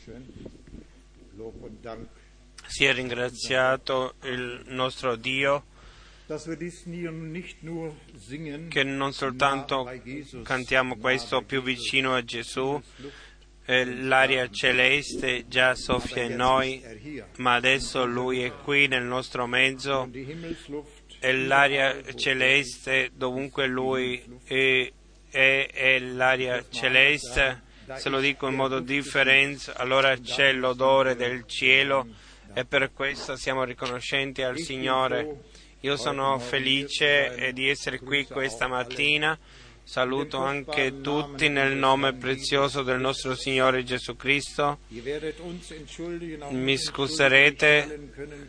Sia ringraziato il nostro Dio che non soltanto cantiamo questo più vicino a Gesù, l'aria celeste già soffia in noi, ma adesso Lui è qui nel nostro mezzo e l'aria celeste dovunque Lui è l'aria celeste. Se lo dico in modo differente, allora c'è l'odore del cielo e per questo siamo riconoscenti al Signore. Io sono felice di essere qui questa mattina. Saluto anche tutti nel nome prezioso del nostro Signore Gesù Cristo. Mi scuserete,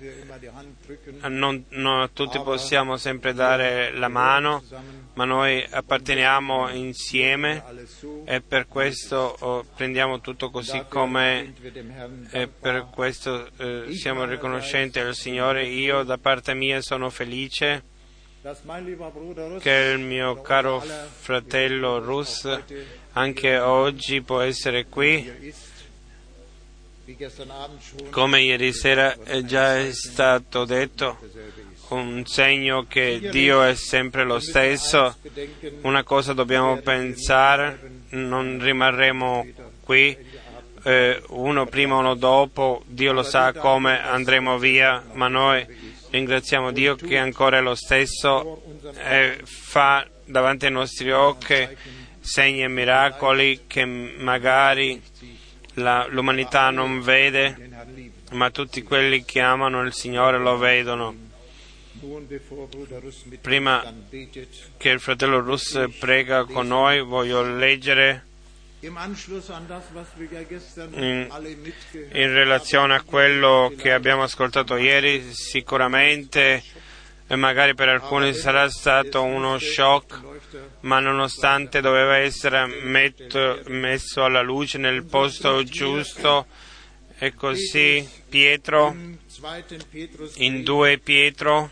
non tutti possiamo sempre dare la mano, ma noi apparteniamo insieme e per questo prendiamo tutto così com'è e per questo siamo riconoscenti al Signore. Io da parte mia sono felice che il mio caro fratello Russ anche oggi può essere qui. Come ieri sera è già stato detto, un segno che Dio è sempre lo stesso. Una cosa dobbiamo pensare, non rimarremo qui uno prima uno dopo, Dio lo sa come andremo via, ma noi ringraziamo Dio che ancora è lo stesso e fa davanti ai nostri occhi segni e miracoli che magari l'umanità non vede, ma tutti quelli che amano il Signore lo vedono. Prima che il fratello Russ prega con noi, voglio leggere in relazione a quello che abbiamo ascoltato ieri. Sicuramente magari per alcuni sarà stato uno shock, ma nonostante doveva essere messo alla luce nel posto giusto. E così Pietro, in 2 Pietro,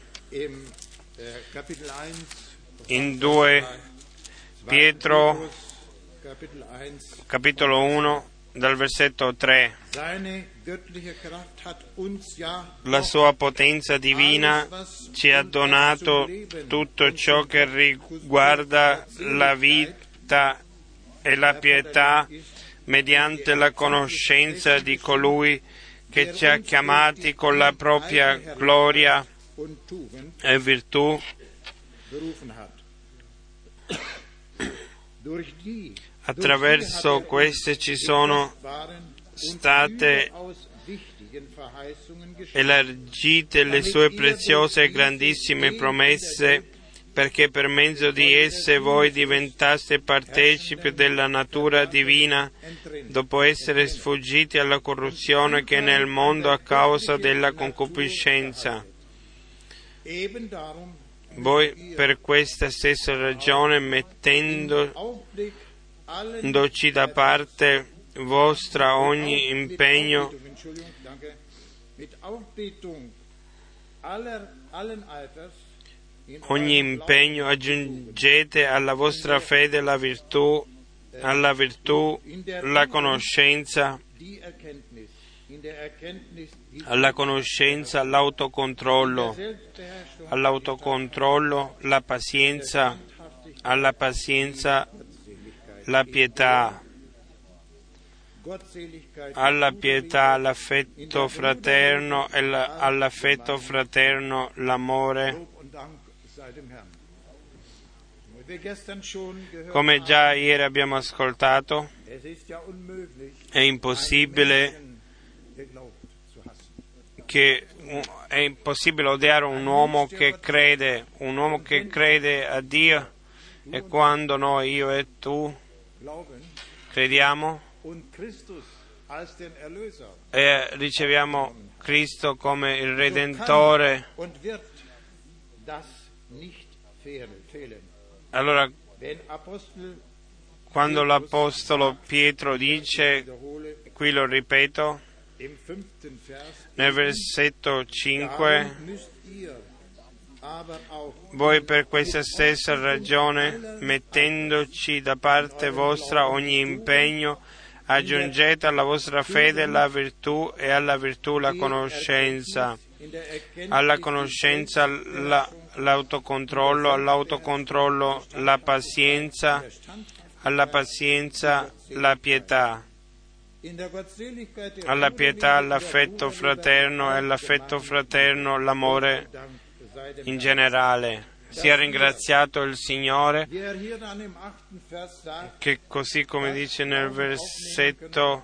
capitolo 1, dal versetto 3. La sua potenza divina ci ha donato tutto ciò che riguarda la vita e la pietà mediante la conoscenza di colui che ci ha chiamati con la propria gloria e virtù. Attraverso queste ci sono state elargite le sue preziose e grandissime promesse, perché per mezzo di esse voi diventaste partecipi della natura divina, dopo essere sfuggiti alla corruzione che è nel mondo a causa della concupiscenza. Voi per questa stessa ragione, mettendoci da parte vostra ogni impegno, aggiungete alla vostra fede la virtù, alla virtù la conoscenza, alla conoscenza l'autocontrollo, all'autocontrollo la pazienza, alla pazienza la pietà, alla pietà l'affetto fraterno e all'affetto fraterno l'amore. Come già ieri abbiamo ascoltato, è impossibile odiare un uomo che crede a Dio, e quando noi, io e tu, crediamo e riceviamo Cristo come il Redentore, allora quando l'Apostolo Pietro dice, qui lo ripeto, nel versetto 5, voi per questa stessa ragione, mettendoci da parte vostra ogni impegno, Aggiungete alla vostra fede la virtù e alla virtù la conoscenza, alla conoscenza l'autocontrollo, all'autocontrollo la pazienza, alla pazienza la pietà, alla pietà l'affetto fraterno e all'affetto fraterno l'amore in generale. Sia ringraziato il Signore che così come dice nel versetto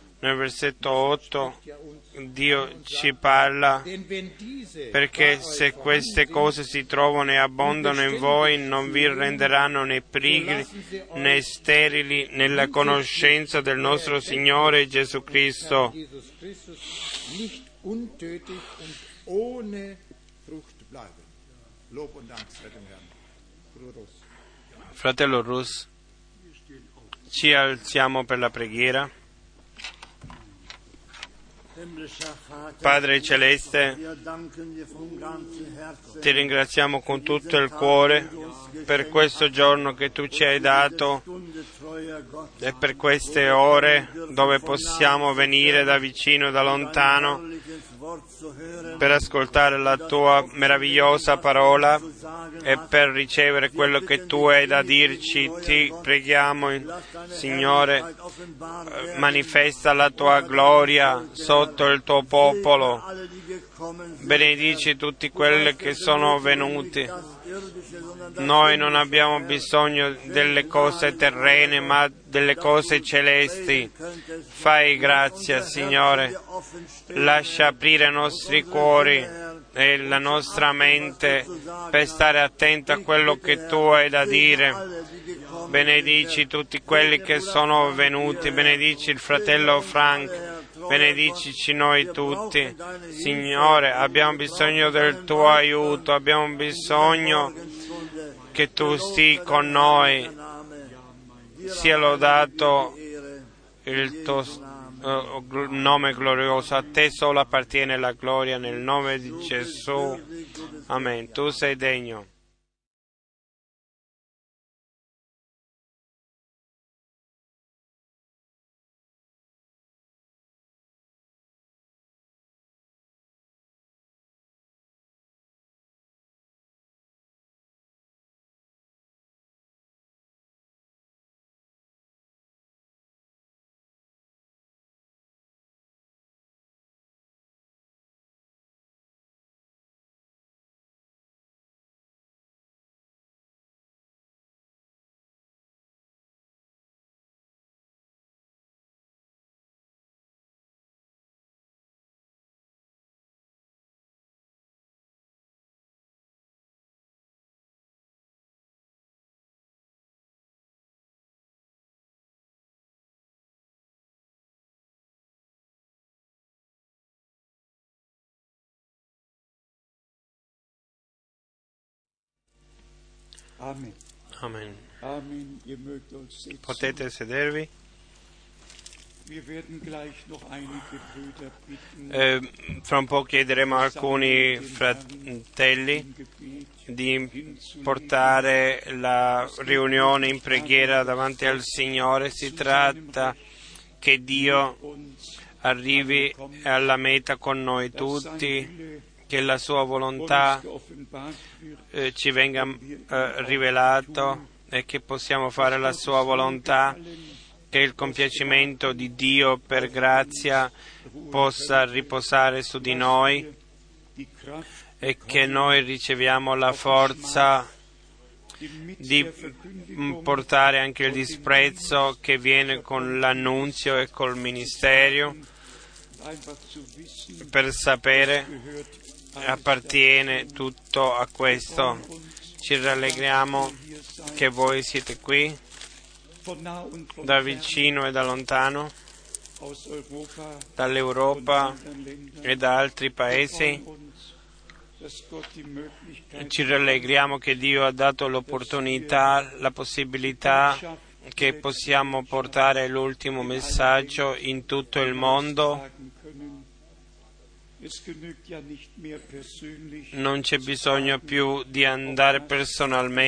8, Dio ci parla, perché se queste cose si trovano e abbondano in voi, non vi renderanno né pigri né sterili nella conoscenza del nostro Signore Gesù Cristo. Fratello Rus, ci alziamo per la preghiera. Padre Celeste, ti ringraziamo con tutto il cuore per questo giorno che tu ci hai dato e per queste ore dove possiamo venire da vicino e da lontano per ascoltare la tua meravigliosa parola e per ricevere quello che tu hai da dirci. Ti preghiamo, Signore, manifesta la tua gloria sotto il tuo popolo. Benedici tutti quelli che sono venuti. Noi non abbiamo bisogno delle cose terrene, ma delle cose celesti. Fai grazia, Signore. Lascia aprire i nostri cuori e la nostra mente per stare attenti a quello che tu hai da dire. Benedici tutti quelli che sono venuti. Benedici il fratello Frank. Benedicici noi tutti. Signore, abbiamo bisogno del tuo aiuto, abbiamo bisogno che tu stii con noi. Sia lodato il tuo nome glorioso. A te solo appartiene la gloria nel nome di Gesù. Amen. Tu sei degno. Amen. Potete sedervi. Fra un po' chiederemo a alcuni fratelli di portare la riunione in preghiera davanti al Signore. Si tratta che Dio arrivi alla meta con noi tutti, che la sua volontà ci venga rivelato e che possiamo fare la sua volontà, che il compiacimento di Dio per grazia possa riposare su di noi e che noi riceviamo la forza di portare anche il disprezzo che viene con l'annunzio e col ministero, per sapere appartiene tutto a questo. Ci rallegriamo che voi siete qui, da vicino e da lontano, dall'Europa e da altri paesi. Ci rallegriamo che Dio ha dato l'opportunità, la possibilità che possiamo portare l'ultimo messaggio in tutto il mondo. Non c'è bisogno più di andare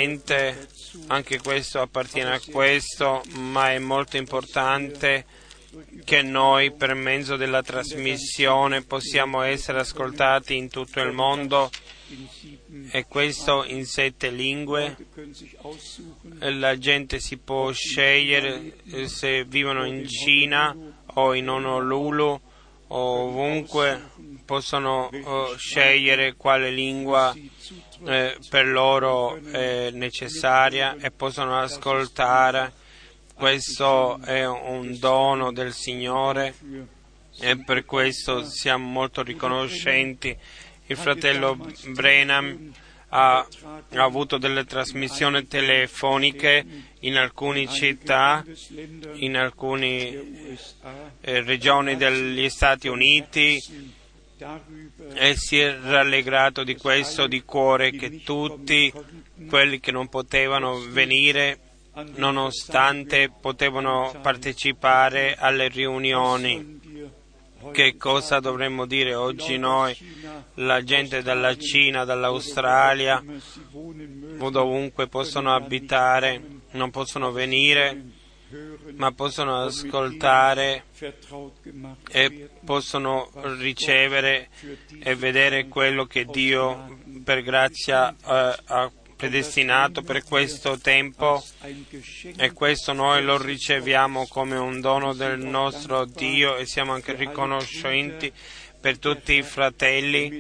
personalmente, anche questo appartiene a questo, ma è molto importante che noi per mezzo della trasmissione possiamo essere ascoltati in tutto il mondo, e questo in 7 lingue. La gente si può scegliere se vivono in Cina o in Honolulu o ovunque, possono scegliere quale lingua per loro è necessaria e possono ascoltare. Questo è un dono del Signore e per questo siamo molto riconoscenti. Il fratello Branham ha avuto delle trasmissioni telefoniche in alcune città, in alcune regioni degli Stati Uniti, e si è rallegrato di questo di cuore, che tutti quelli che non potevano venire, nonostante potevano partecipare alle riunioni. Che cosa dovremmo dire oggi noi? La gente dalla Cina, dall'Australia, o dovunque possono abitare, non possono venire, ma possono ascoltare e possono ricevere e vedere quello che Dio per grazia ha predestinato per questo tempo, e questo noi lo riceviamo come un dono del nostro Dio, e siamo anche riconoscenti per tutti i fratelli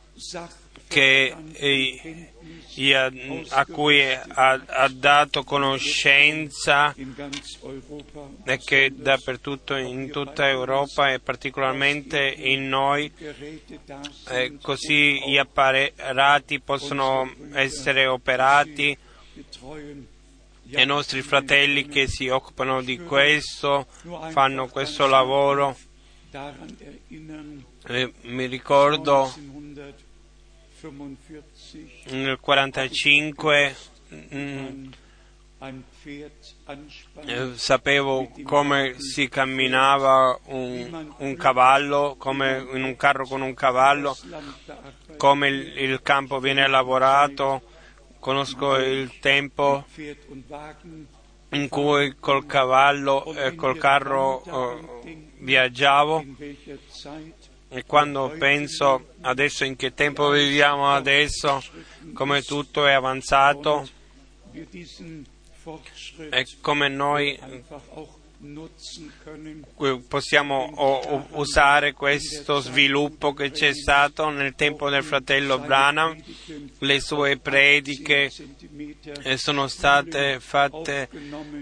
a cui ha dato conoscenza, e che dappertutto in tutta Europa e particolarmente in noi, così gli apparati possono essere operati, e i nostri fratelli che si occupano di questo fanno questo lavoro. Mi ricordo nel 1945 sapevo come si camminava un cavallo, come in un carro con un cavallo, come il campo viene lavorato. Conosco il tempo in cui col cavallo e col carro viaggiavo, e quando penso adesso in che tempo viviamo adesso, come tutto è avanzato e come noi possiamo usare questo sviluppo che c'è stato nel tempo del fratello Branham. Le sue prediche sono state fatte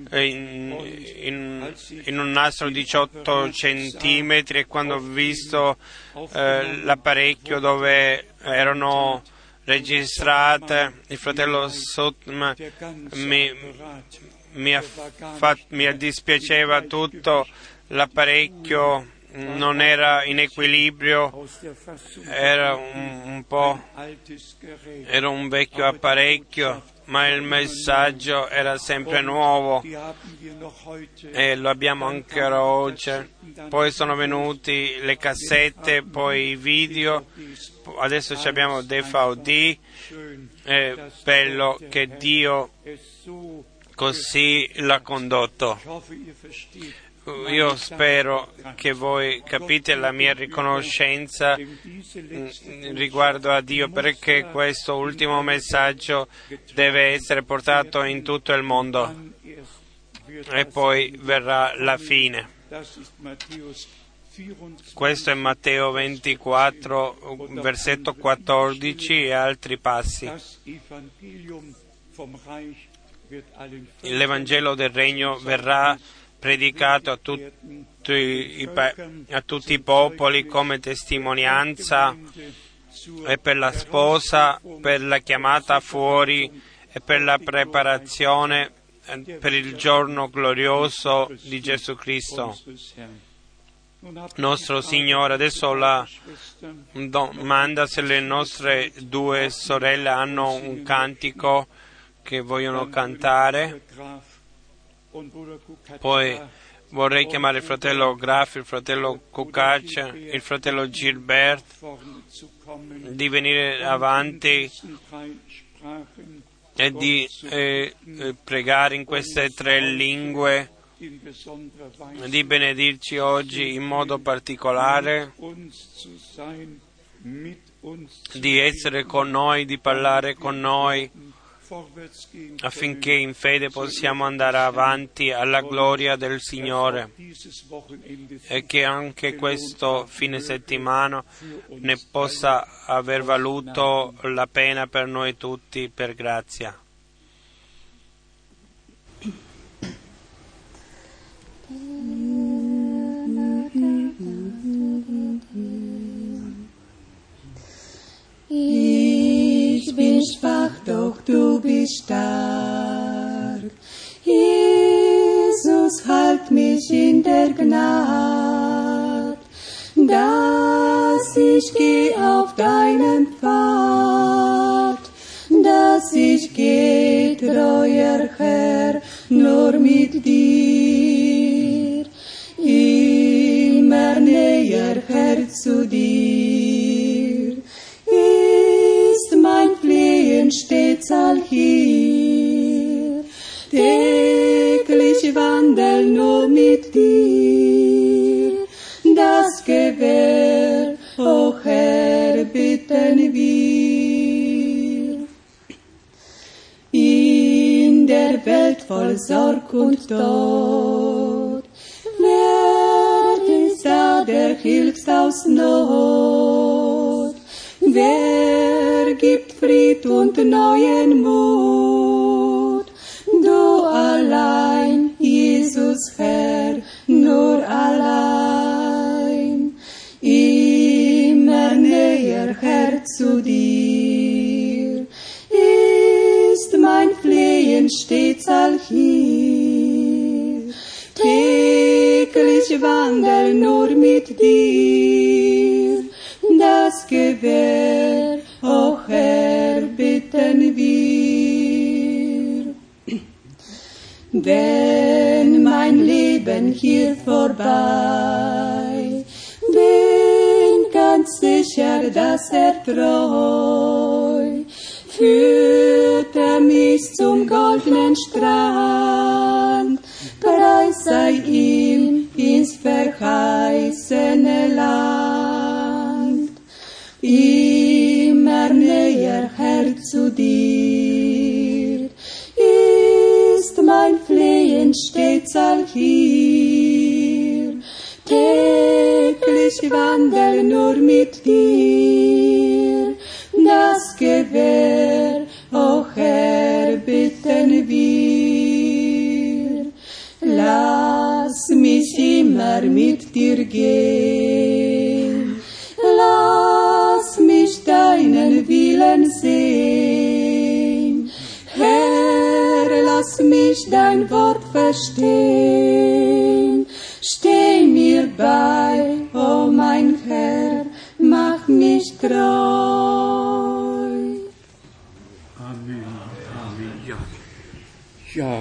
in un nastro 18 centimetri, e quando ho visto l'apparecchio dove erano registrate, il fratello Sutton mi dispiaceva tutto, l'apparecchio non era in equilibrio, era un vecchio apparecchio, ma il messaggio era sempre nuovo, e lo abbiamo ancora oggi. Poi sono venuti le cassette, poi i video, adesso abbiamo DVD. È bello che Dio così l'ha condotto. Io spero che voi capite la mia riconoscenza riguardo a Dio, perché questo ultimo messaggio deve essere portato in tutto il mondo, e poi verrà la fine. Questo è Matteo 24, versetto 14 e altri passi. L'Evangelo del Regno verrà predicato a tutti i popoli come testimonianza, e per la sposa, per la chiamata fuori e per la preparazione per il giorno glorioso di Gesù Cristo. Nostro Signore, adesso la domanda se le nostre 2 sorelle hanno un cantico che vogliono cantare. Poi vorrei chiamare il fratello Graf, il fratello Kukac, il fratello Gilbert di venire avanti e di pregare in queste 3 lingue di benedirci oggi in modo particolare, di essere con noi, di parlare con noi, affinché in fede possiamo andare avanti alla gloria del Signore, e che anche questo fine settimana ne possa aver valuto la pena per noi tutti, per grazia. Ich bin schwach, doch du bist stark. Jesus, halt mich in der Gnade, dass ich geh auf deinen Pfad, dass ich geh, treuer Herr, nur mit dir, immer näher, Herr, zu dir. Ist mein Flehen stets all hier, täglich wandel nur mit dir, das gewähr, o Herr, bitten wir. In der Welt voll Sorg und Tod, wer ist da, der hilft aus Not? Wer gibt Fried und neuen Mut? Du allein, Jesus Herr, nur allein. Immer näher, Herr, zu dir. Ist mein Flehen stets all hier. Täglich wandel nur mit dir. Das gewähr, o Herr, bitten wir. Wenn mein Leben hier vorbei, bin ganz sicher, dass treu führt mich zum goldenen Strand. Preis sei ihm ins verheißene Land. Immer näher, Herr, zu dir. Ist mein Flehen stets all hier. Täglich wandel nur mit dir. Das gewähr, o Herr, bitten wir. Lass mich immer mit dir gehen. Lass mich deinen Willen sehen. Herr, lass mich dein Wort verstehen. Steh mir bei, o mein Herr, mach mich treu. Amen. Amen. Ja. Ja.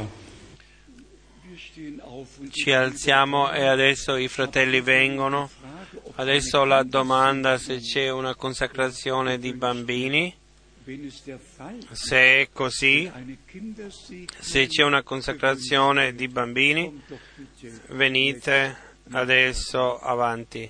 Ci alziamo e adesso i fratelli vengono. Adesso la domanda se c'è una consacrazione di bambini. Se è così, se c'è una consacrazione di bambini, venite adesso avanti.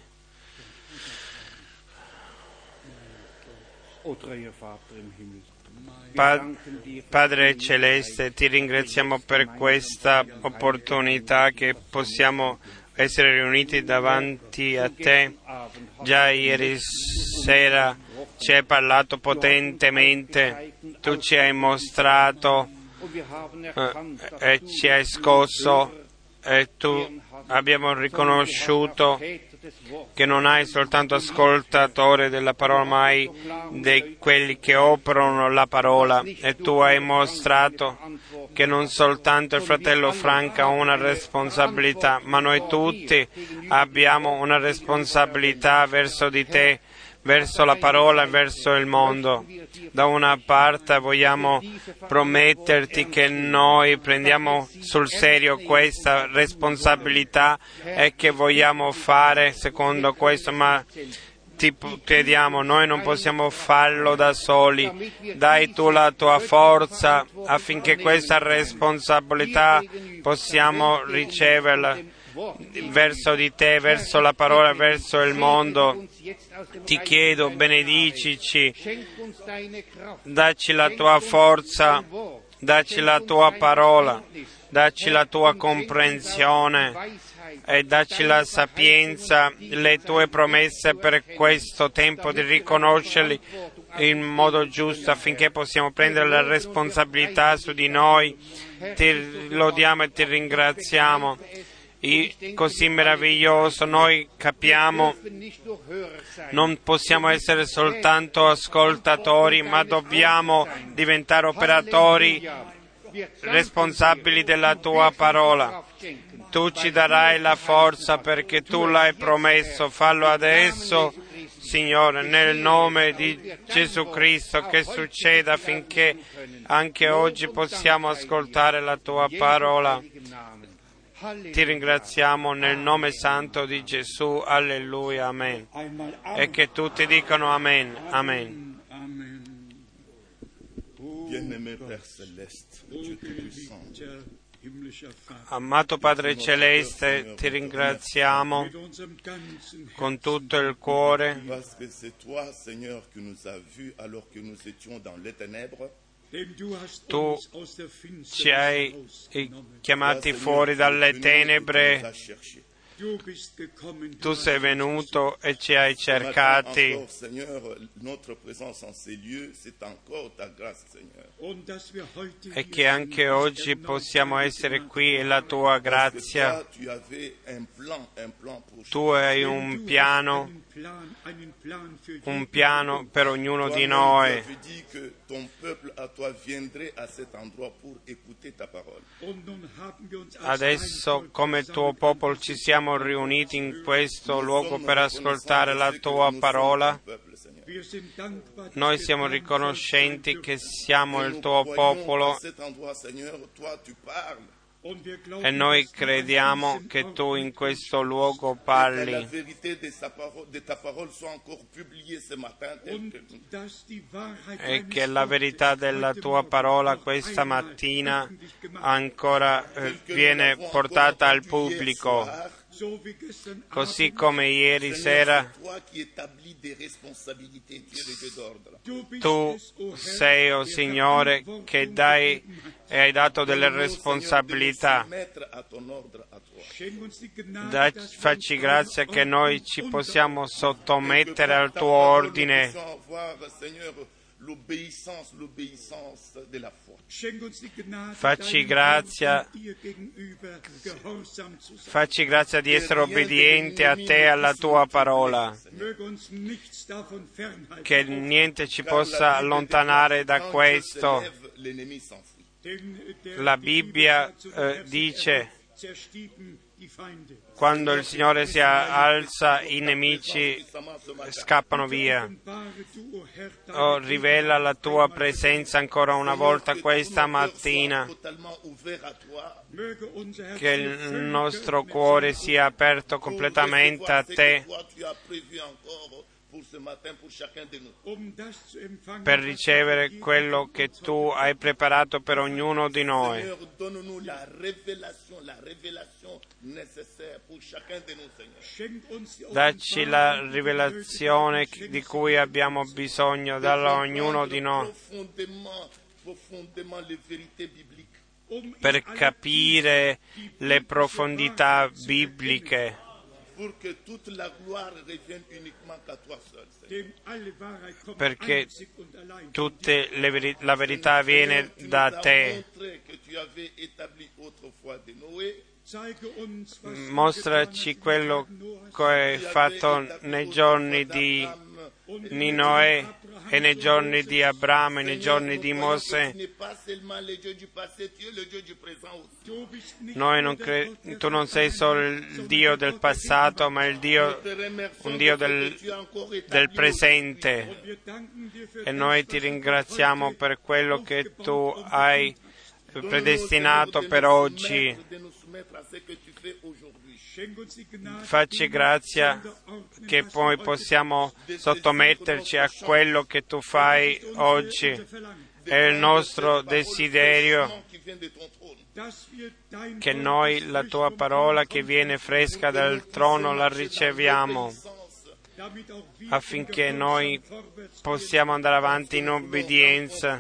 Padre Celeste, ti ringraziamo per questa opportunità che possiamo essere riuniti davanti a te. Già ieri sera ci hai parlato potentemente, tu ci hai mostrato e ci hai scosso, e tu abbiamo riconosciuto che non hai soltanto ascoltatore della parola, ma hai di quelli che operano la parola, e tu hai mostrato che non soltanto il fratello Frank ha una responsabilità, ma noi tutti abbiamo una responsabilità verso di te, verso la parola e verso il mondo. Da una parte vogliamo prometterti che noi prendiamo sul serio questa responsabilità e che vogliamo fare secondo questo, ma ti chiediamo, noi non possiamo farlo da soli, dai tu la tua forza affinché questa responsabilità possiamo riceverla verso di te, verso la parola, verso il mondo. Ti chiedo, benedicici, dacci la tua forza, dacci la tua parola, dacci la tua comprensione e dacci la sapienza, le tue promesse per questo tempo di riconoscerli in modo giusto affinché possiamo prendere la responsabilità su di noi. Ti lodiamo e ti ringraziamo. Così meraviglioso, noi capiamo, non possiamo essere soltanto ascoltatori, ma dobbiamo diventare operatori responsabili della tua parola. Tu ci darai la forza perché tu l'hai promesso, fallo adesso, Signore, nel nome di Gesù Cristo, che succeda affinché anche oggi possiamo ascoltare la tua parola. Ti ringraziamo nel nome santo di Gesù, alleluia, amen. E che tutti dicano amen, amen. Amato Padre Celeste, ti ringraziamo con tutto il cuore. Tu ci hai chiamati fuori dalle tenebre, tu sei venuto e ci hai cercati. E che anche oggi possiamo essere qui è la tua grazia. Tu hai un piano per ognuno di noi. Adesso, come tuo popolo, ci siamo riuniti in questo luogo per ascoltare la tua parola. Noi siamo riconoscenti che siamo il tuo popolo e noi crediamo che tu in questo luogo parli e che la verità della tua parola questa mattina ancora viene portata al pubblico, così come ieri sera. Tu sei, oh Signore, che dai e hai dato delle responsabilità. Facci grazia che noi ci possiamo sottomettere al tuo ordine. Facci grazia di essere obbedienti a te e alla tua parola, che niente ci possa allontanare da questo. La Bibbia dice: quando il Signore si alza, i nemici scappano via. Oh, rivela la tua presenza ancora una volta questa mattina, che il nostro cuore sia aperto completamente a te, per ricevere quello che tu hai preparato per ognuno di noi. Dacci la rivelazione di cui abbiamo bisogno da ognuno di noi, per capire le profondità bibliche, perché la verità viene da te. Mostraci quello che hai fatto nei giorni di Noè e nei giorni di Abramo e nei giorni di Mosè. Tu non sei solo il Dio del passato, ma un Dio del presente. E noi ti ringraziamo per quello che tu hai predestinato per oggi. Facci grazia che poi possiamo sottometterci a quello che tu fai oggi. È il nostro desiderio che noi la tua parola che viene fresca dal trono la riceviamo, affinché noi possiamo andare avanti in obbedienza,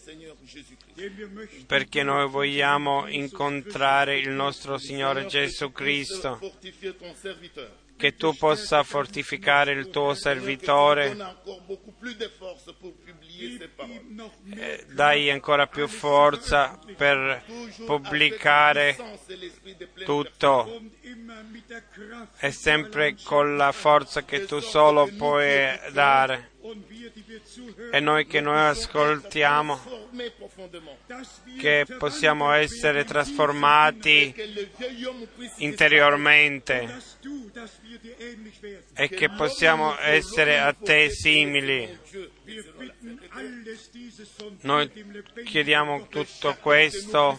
perché noi vogliamo incontrare il nostro Signore Gesù Cristo. Che tu possa fortificare il tuo servitore, dai ancora più forza per pubblicare tutto, e sempre con la forza che tu solo puoi dare. E noi che noi ascoltiamo, che possiamo essere trasformati interiormente e che possiamo essere a te simili. Noi chiediamo tutto questo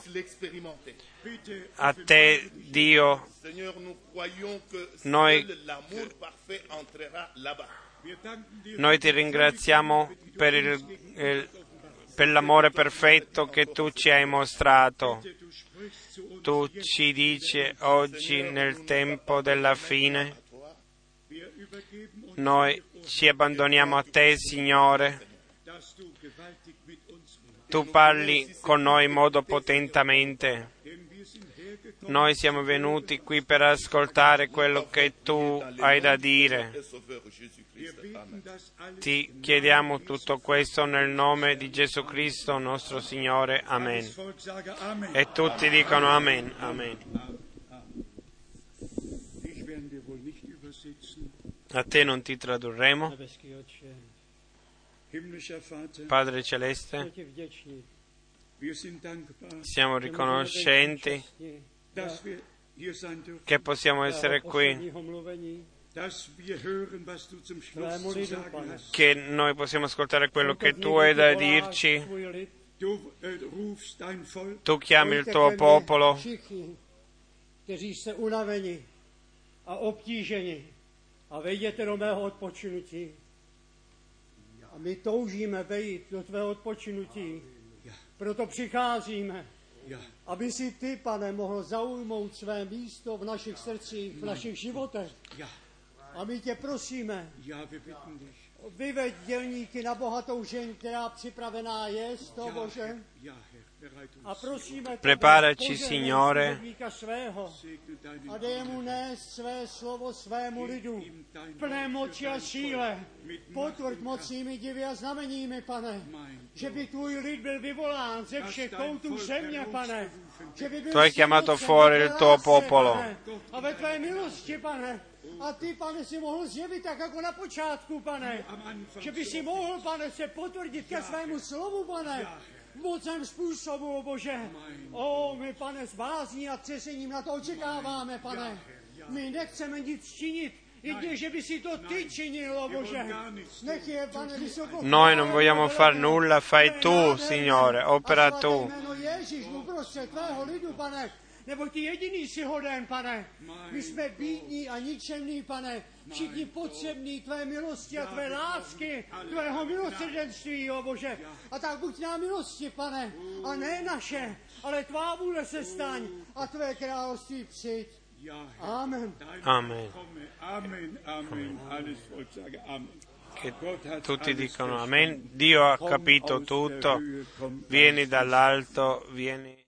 a te, Dio. Noi ti ringraziamo per l'amore perfetto che tu ci hai mostrato. Tu ci dici oggi nel tempo della fine, noi ci abbandoniamo a te, Signore. Tu parli con noi in modo potentemente. Noi siamo venuti qui per ascoltare quello che tu hai da dire. Ti chiediamo tutto questo nel nome di Gesù Cristo, nostro Signore. Amen. E tutti dicono Amen. Amen. A te non ti tradurremo. Padre Celeste, siamo riconoscenti che possiamo essere qui, che noi possiamo ascoltare quello che tu hai da dirci. Tu chiami il tuo popolo a vejdete do mého odpočinutí. A my toužíme vejít do tvého odpočinutí. Proto přicházíme, aby si ty, Pane, mohl zaujmout své místo v našich srdcích, v našich životech. A my tě prosíme, vyveď dělníky na bohatou žeň, která připravená je, to Bože. A prosíme preparaci, Signore, svého a dej mu nést své slovo svému lidu plné moci a síle. Potvrď mocnými divy a znameními, Pane, že by tvůj lid byl vyvolán ze všech koutů země, Pane. Že by byl tu hai chiamato fuori il tuo popolo. Pane, a ve tvé milosti, Pane. A ty, Pane, si mohl zjevit tak jako na počátku, Pane. Že by si mohl, Pane, se potvrdit ke svému slovu, Pane. V mocném způsobu, o Bože. O, my, Pane, s bázní a třesením na to očekáváme, Pane. My nechceme nic činit, jedině, že by si to ty činil, o Bože. Nech je, Pane, vysoko. Noi non vogliamo far nulla, fai tu, Signore, opera tu. Ježíš, uprostřed tvého lidu, Pane. Nebo ty jediný si hoden, Pane. My jsme bídní a ničemní, Pane. Všichni potřební tvé milosti a tvé lásky, tvého milosrdenství, o Bože. A tak buď nám milosti, Pane, a ne naše, ale tvá vůle se staň a tvé království přijď. Amen. Amen. Amen. Amen. Alles Volk sage Amen. Che tutti dicono Amen. Dio ha capito tutto. Vieni dall'alto, vieni.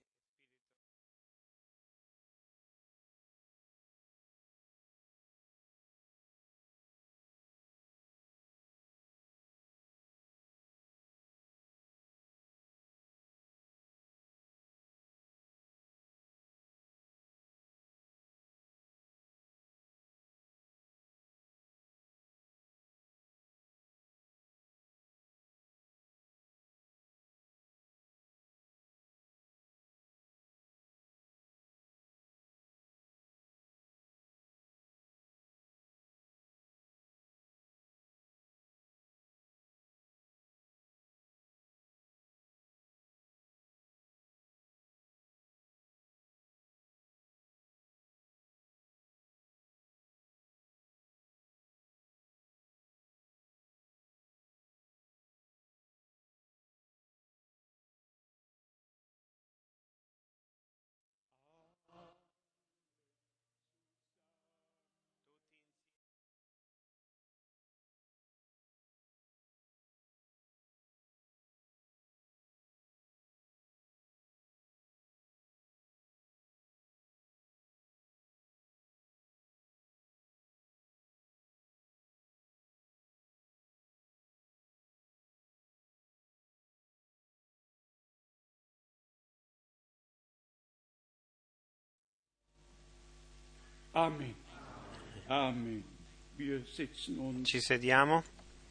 Amen. Amen. Wir sitzen uns. Ci sediamo.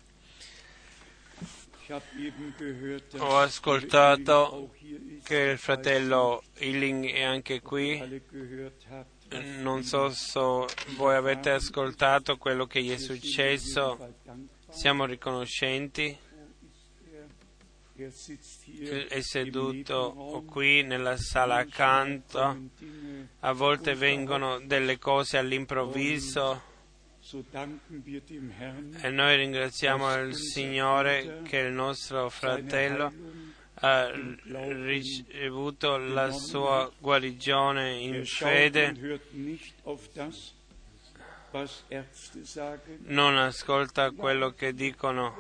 Ich habe eben gehört, dass Ho ascoltato auch hier ist, che il fratello Illing è anche qui. alle gehört habt. Non so se voi avete ascoltato quello che gli è successo. Siamo riconoscenti. Er sitzt hier È seduto qui nella sala accanto. A volte vengono delle cose all'improvviso so danken wir dem Herrn, e noi ringraziamo il Signore che il nostro fratello ha ricevuto la sua guarigione in schaut fede. und hört nicht auf das, was Ärzte sagen. Non ascolta quello che dicono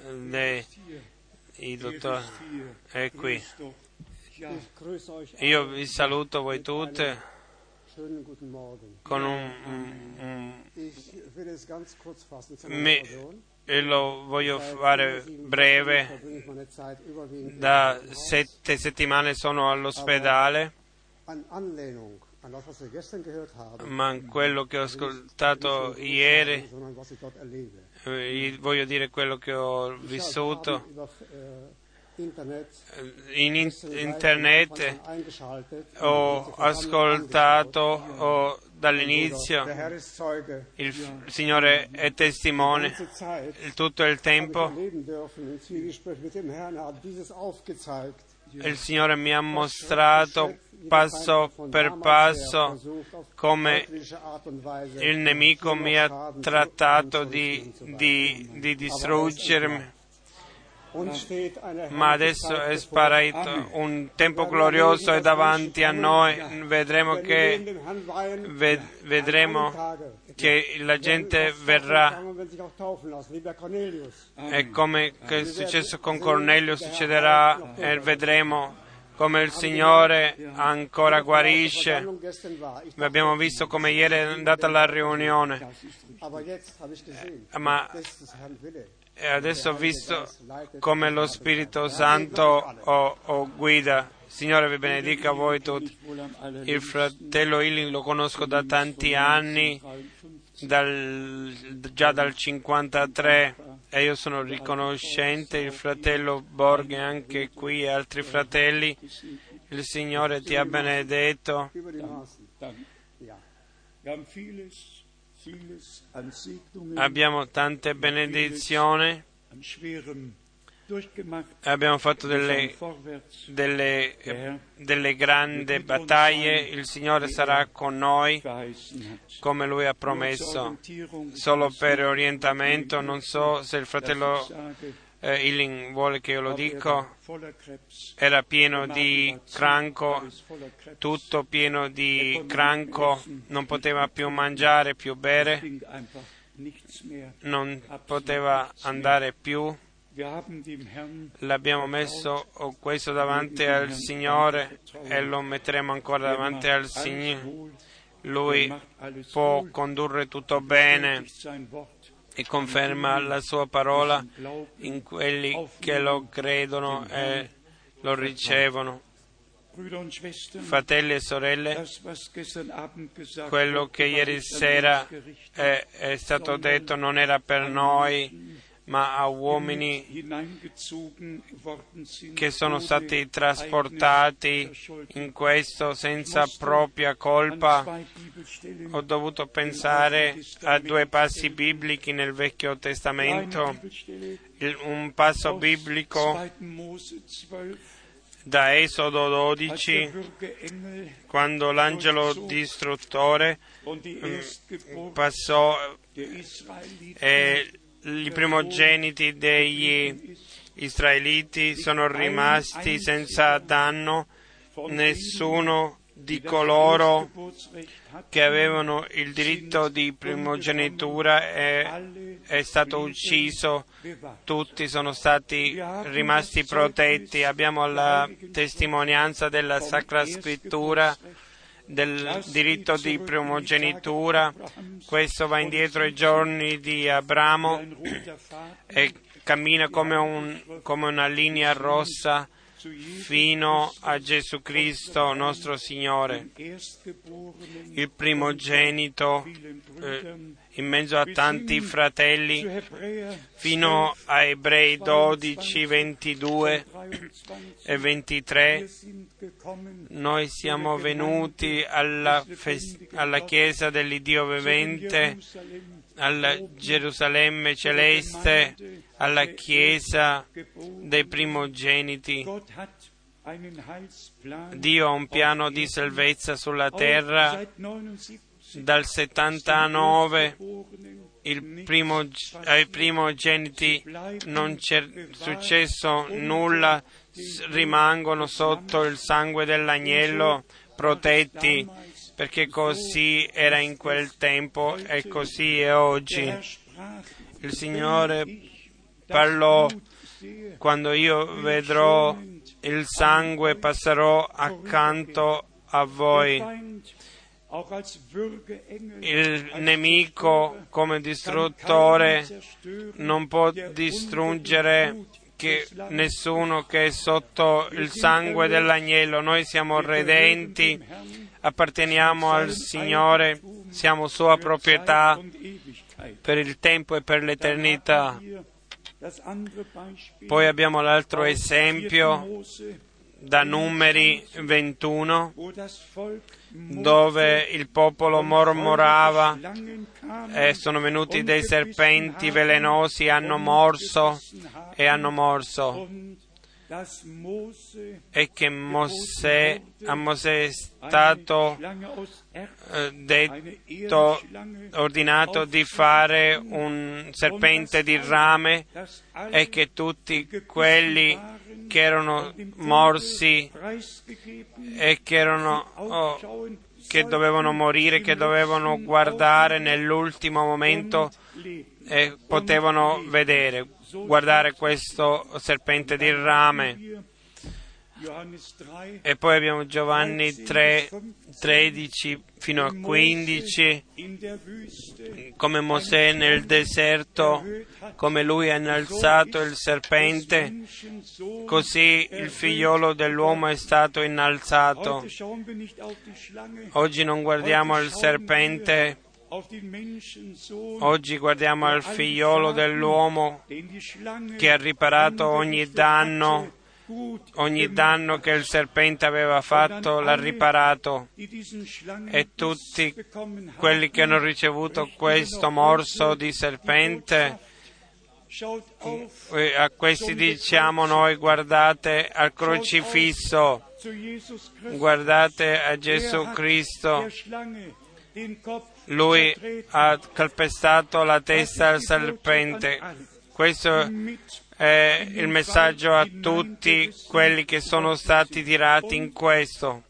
i dottori. È qui. Ist doch, ja, Ich grüße euch Io vi saluto voi tutte schönen guten Morgen. con Ich will es ganz kurz fassen zu Mi- meiner Person. e lo voglio fare breve. Verbringe ich meine Zeit überwiegend Da im Haus. 7 settimane sono all'ospedale, An Anlehnung an das, was wir gestern gehört haben, ma quello che ho ascoltato ieri, sondern was ich dort erlebe. voglio dire quello che ho Ich habe vissuto über Internet in internet. eingeschaltet. Ho ascoltato dall'inizio, Der Herr ist Zeuge. il Signore è testimone Die ganze Zeit tutto il habe ich tempo. erleben dürfen im Zwiegespräch mit dem Herrn. Er hat dieses aufgezeigt. Il Signore mi ha mostrato passo per passo come il nemico mi ha trattato di distruggermi, ma adesso è sparito. Un tempo glorioso è davanti a noi. Vedremo che la gente verrà, e come che è successo con Cornelio succederà, e vedremo come il Signore ancora guarisce. Abbiamo visto come ieri è andata la riunione, ma adesso ho visto come lo Spirito Santo o guida. Signore vi benedica a voi tutti. Il fratello Illing lo conosco da tanti anni, già dal 53, e io sono riconoscente. Il fratello Borg è anche qui e altri fratelli. Il Signore ti ha benedetto. Abbiamo tante benedizioni. Abbiamo fatto delle grandi battaglie. Il Signore sarà con noi come Lui ha promesso. Solo per orientamento, non so se il fratello Illing vuole che io lo dico, era pieno di cranco, tutto pieno di cranco, non poteva più mangiare, più bere, non poteva andare più. L'abbiamo messo questo davanti al Signore e lo metteremo ancora davanti al Signore. Lui può condurre tutto bene e conferma la sua parola in quelli che lo credono e lo ricevono. Fratelli e sorelle, quello che ieri sera è stato detto non era per noi, ma a uomini che sono stati trasportati in questo senza propria colpa. Ho dovuto pensare a 2 passi biblici nel Vecchio Testamento, un passo biblico da Esodo 12, quando l'angelo distruttore passò e i primogeniti degli israeliti sono rimasti senza danno. Nessuno di coloro che avevano il diritto di primogenitura è stato ucciso, tutti sono rimasti protetti. Abbiamo la testimonianza della Sacra Scrittura del diritto di primogenitura. Questo va indietro ai giorni di Abramo e cammina come una linea rossa fino a Gesù Cristo nostro Signore, il primogenito in mezzo a tanti fratelli, fino a Ebrei 12, 22 e 23. Noi siamo venuti alla Chiesa dell'Iddio vivente, alla Gerusalemme celeste, alla Chiesa dei primogeniti. Dio ha un piano di salvezza sulla terra. Dal 79 ai primogeniti non c'è successo nulla, rimangono sotto il sangue dell'agnello, protetti, perché così era in quel tempo e così è oggi. Il Signore parlò: quando io vedrò il sangue passerò accanto a voi. Il nemico come distruttore non può distruggere nessuno che è sotto il sangue dell'agnello. Noi siamo redenti, apparteniamo al Signore, siamo sua proprietà per il tempo e per l'eternità. Poi abbiamo l'altro esempio da Numeri 21, dove il popolo mormorava e sono venuti dei serpenti velenosi, hanno morso. E che a Mosè è stato ordinato di fare un serpente di rame, e che tutti quelli che erano morsi e che dovevano morire, che dovevano guardare nell'ultimo momento e potevano guardare questo serpente di rame. E poi abbiamo Giovanni 3, 13 fino a 15, come Mosè nel deserto, come lui ha innalzato il serpente, così il figliolo dell'uomo è stato innalzato. Oggi non guardiamo al serpente, oggi guardiamo al figliolo dell'uomo che ha riparato ogni danno che il serpente aveva fatto, l'ha riparato. E tutti quelli che hanno ricevuto questo morso di serpente, a questi diciamo noi: guardate al crocifisso, guardate a Gesù Cristo. Lui ha calpestato la testa al serpente. Questo è il messaggio a tutti quelli che sono stati tirati in questo.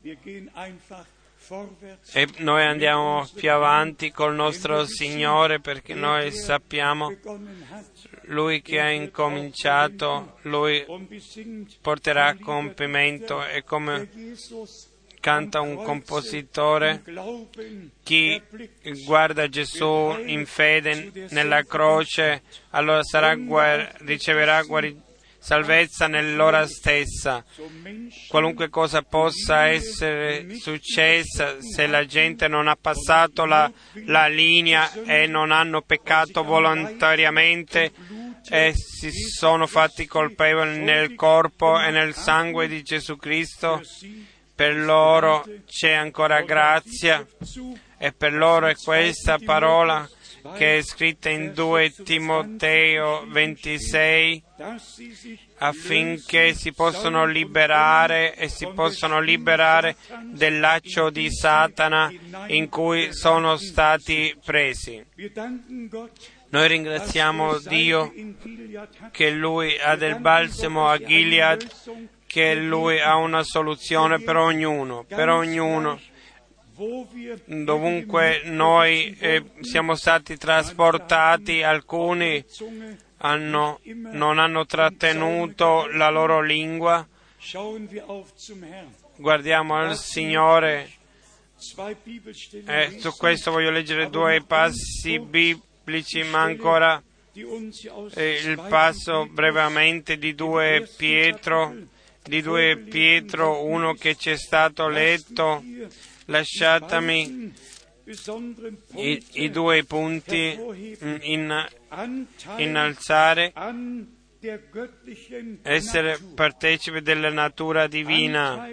E noi andiamo più avanti col nostro Signore, perché noi sappiamo Lui che ha incominciato, Lui porterà a compimento. E come canta un compositore: chi guarda Gesù in fede nella croce, allora riceverà salvezza nell'ora stessa. Qualunque cosa possa essere successa, se la gente non ha passato la linea e non hanno peccato volontariamente e si sono fatti colpevoli nel corpo e nel sangue di Gesù Cristo, per loro c'è ancora grazia, e per loro è questa parola che è scritta in 2 Timoteo 26, affinché si possano liberare del laccio di Satana in cui sono stati presi. Noi ringraziamo Dio che Lui ha del balsamo a Gilead, che Lui ha una soluzione per ognuno. Dovunque noi siamo stati trasportati, alcuni non hanno trattenuto la loro lingua. Guardiamo al Signore. Su questo voglio leggere 2 passi biblici, ma ancora il passo brevemente di 2 Pietro di 2 Pietro 1 che ci è stato letto, lasciatemi i 2 punti innalzare: essere partecipe della natura divina,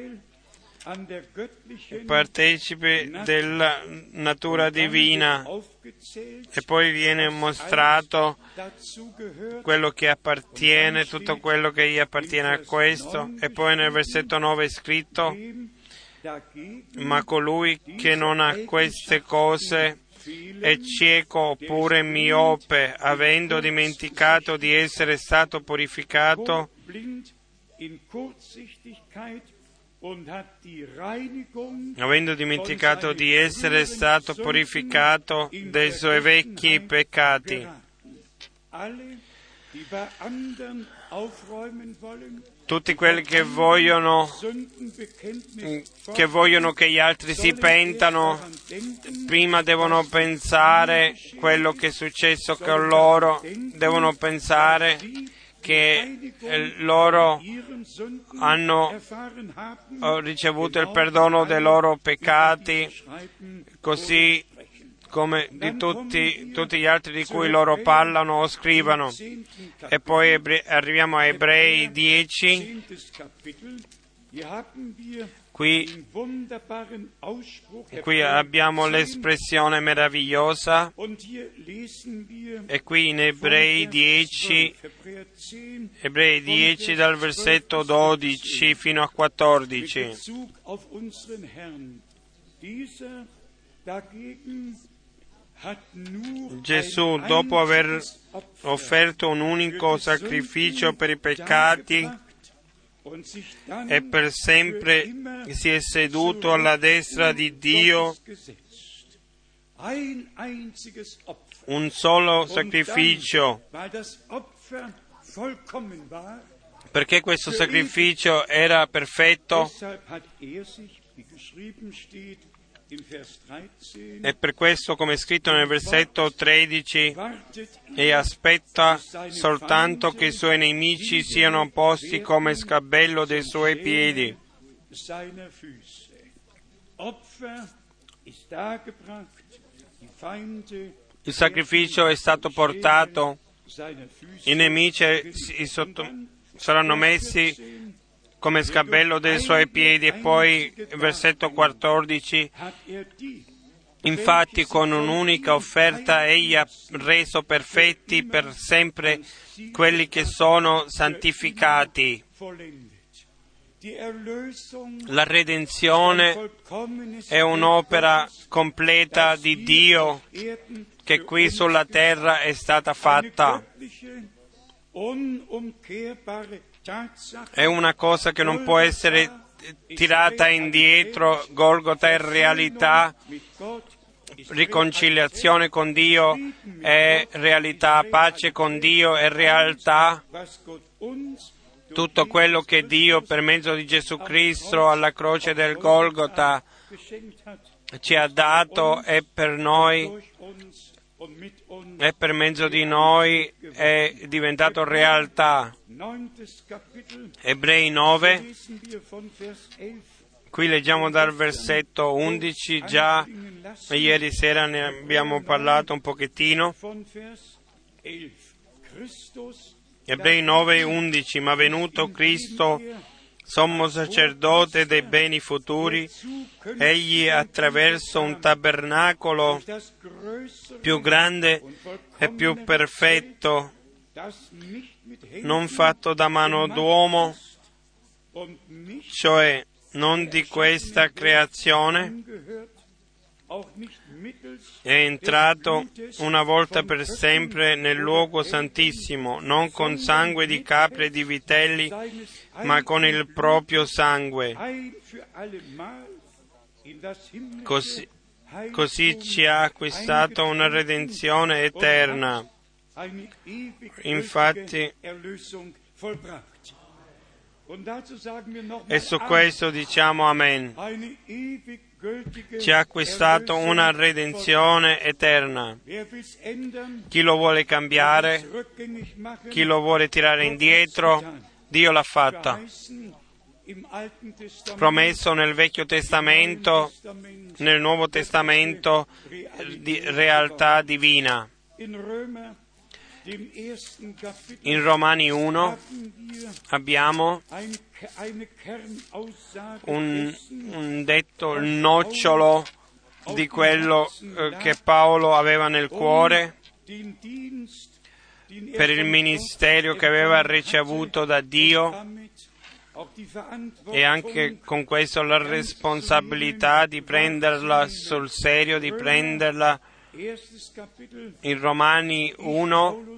partecipe della natura divina, e poi viene mostrato quello che appartiene, tutto quello che gli appartiene a questo, e poi nel versetto 9 è scritto: ma colui che non ha queste cose è cieco oppure miope, avendo dimenticato di essere stato purificato dei suoi vecchi peccati. Tutti quelli che vogliono che gli altri si pentano, prima devono pensare quello che è successo con loro, devono pensare che loro hanno ricevuto il perdono dei loro peccati, così come di tutti gli altri di cui loro parlano o scrivono. E poi arriviamo a Ebrei 10. Qui abbiamo l'espressione meravigliosa, e qui in Ebrei 10 dal versetto 12 fino a 14. Gesù, dopo aver offerto un unico sacrificio per i peccati, e per sempre si è seduto alla destra di Dio. Un solo sacrificio. Perché questo sacrificio era perfetto, e per questo, come è scritto nel versetto 13, e aspetta soltanto che i suoi nemici siano posti come scabello dei suoi piedi. Il sacrificio è stato portato, i nemici saranno messi come scabello dei suoi piedi. E poi, versetto 14, infatti con un'unica offerta egli ha reso perfetti per sempre quelli che sono santificati. La redenzione è un'opera completa di Dio che qui sulla terra è stata fatta. È una cosa che non può essere tirata indietro. Golgota è realtà, riconciliazione con Dio è realtà, pace con Dio è realtà. Tutto quello che Dio per mezzo di Gesù Cristo alla croce del Golgota ci ha dato è per noi, e per mezzo di noi è diventato realtà. Ebrei 9, qui leggiamo dal versetto 11, già ieri sera ne abbiamo parlato un pochettino. Ebrei 9, 11, ma venuto Cristo, sommo sacerdote dei beni futuri, egli attraverso un tabernacolo più grande e più perfetto, non fatto da mano d'uomo, cioè non di questa creazione, è entrato una volta per sempre nel luogo santissimo, non con sangue di capre e di vitelli, ma con il proprio sangue. Così ci ha acquistato una redenzione eterna. Infatti, e su questo diciamo Amen. Ci ha acquistato una redenzione eterna. Chi lo vuole cambiare, chi lo vuole tirare indietro, Dio l'ha fatta. promesso nel Vecchio Testamento, nel Nuovo Testamento, di realtà divina. In Romani 1 abbiamo un detto, il nocciolo di quello che Paolo aveva nel cuore per il ministero che aveva ricevuto da Dio, e anche con questo la responsabilità di prenderla sul serio, di prenderla. In Romani 1,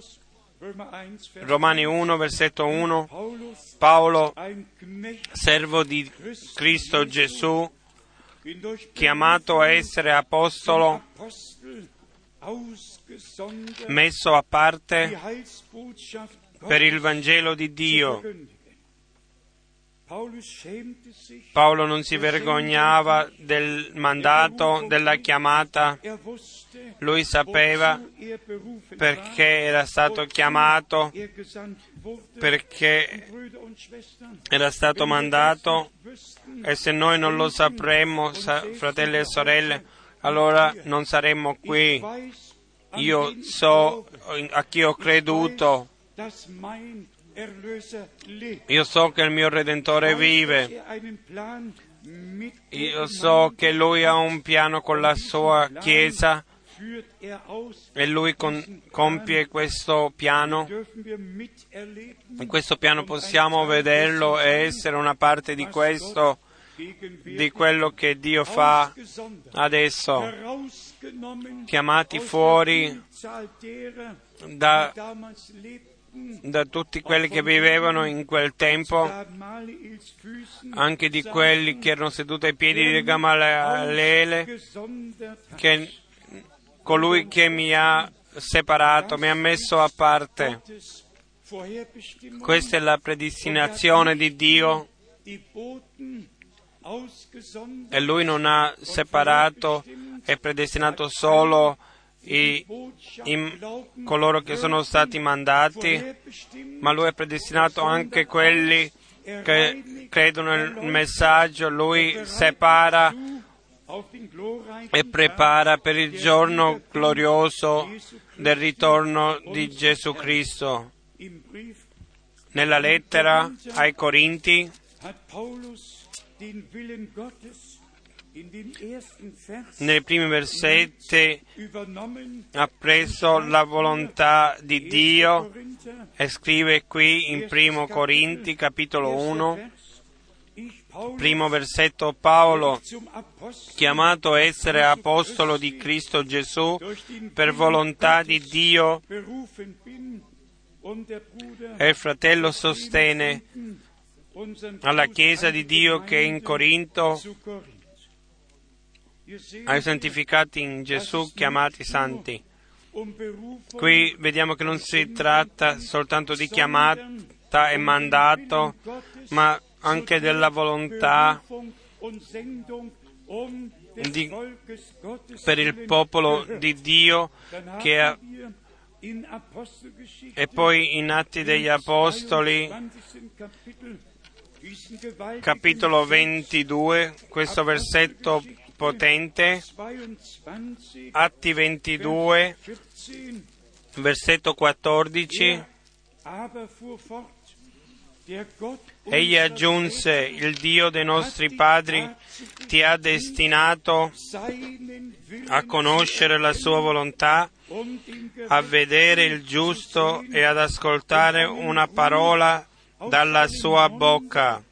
versetto 1, Paolo, servo di Cristo Gesù, chiamato a essere apostolo, messo a parte per il Vangelo di Dio. Paolo non si vergognava del mandato, della chiamata. Lui sapeva perché era stato chiamato, perché era stato mandato, e se noi non lo sapremmo, fratelli e sorelle, allora non saremmo qui. Io so a chi ho creduto. Io so che il mio Redentore vive. Io so che Lui ha un piano con la sua Chiesa e Lui compie questo piano. In questo piano possiamo vederlo e essere una parte di questo, di quello che Dio fa adesso. Chiamati fuori da tutti quelli che vivevano in quel tempo, anche di quelli che erano seduti ai piedi di Gamaliele, che colui che mi ha separato, mi ha messo a parte. Questa è la predestinazione di Dio, e Lui non ha separato e predestinato solo coloro che sono stati mandati, ma Lui ha predestinato anche quelli che credono nel messaggio. Lui separa e prepara per il giorno glorioso del ritorno di Gesù Cristo. Nella lettera ai Corinti nei primi versetti ha preso la volontà di Dio e scrive qui in 1 Corinti capitolo 1, primo versetto: Paolo, chiamato a essere apostolo di Cristo Gesù per volontà di Dio, e il fratello sostene alla Chiesa di Dio che è in Corinto, ai santificati in Gesù, chiamati santi. Qui vediamo che non si tratta soltanto di chiamata e mandato, ma anche della volontà per il popolo di Dio e poi in Atti degli Apostoli, capitolo 22, questo versetto potente, Atti 22, versetto 14. Egli aggiunse: il Dio dei nostri padri ti ha destinato a conoscere la sua volontà, a vedere il giusto e ad ascoltare una parola dalla sua bocca.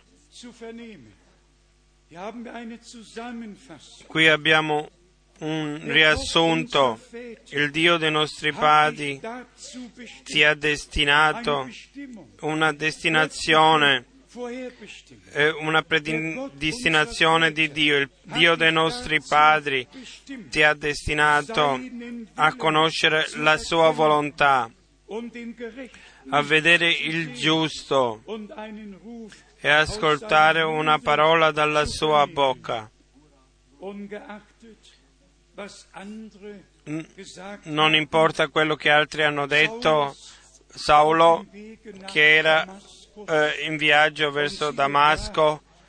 Qui abbiamo un riassunto. Il Dio dei nostri padri ti ha destinato una destinazione, una predestinazione di Dio. Il Dio dei nostri padri ti ha destinato a conoscere la sua volontà, a vedere il giusto e ascoltare una parola dalla sua bocca. Non importa quello che altri hanno detto, Saulo, che era in viaggio verso Damasco,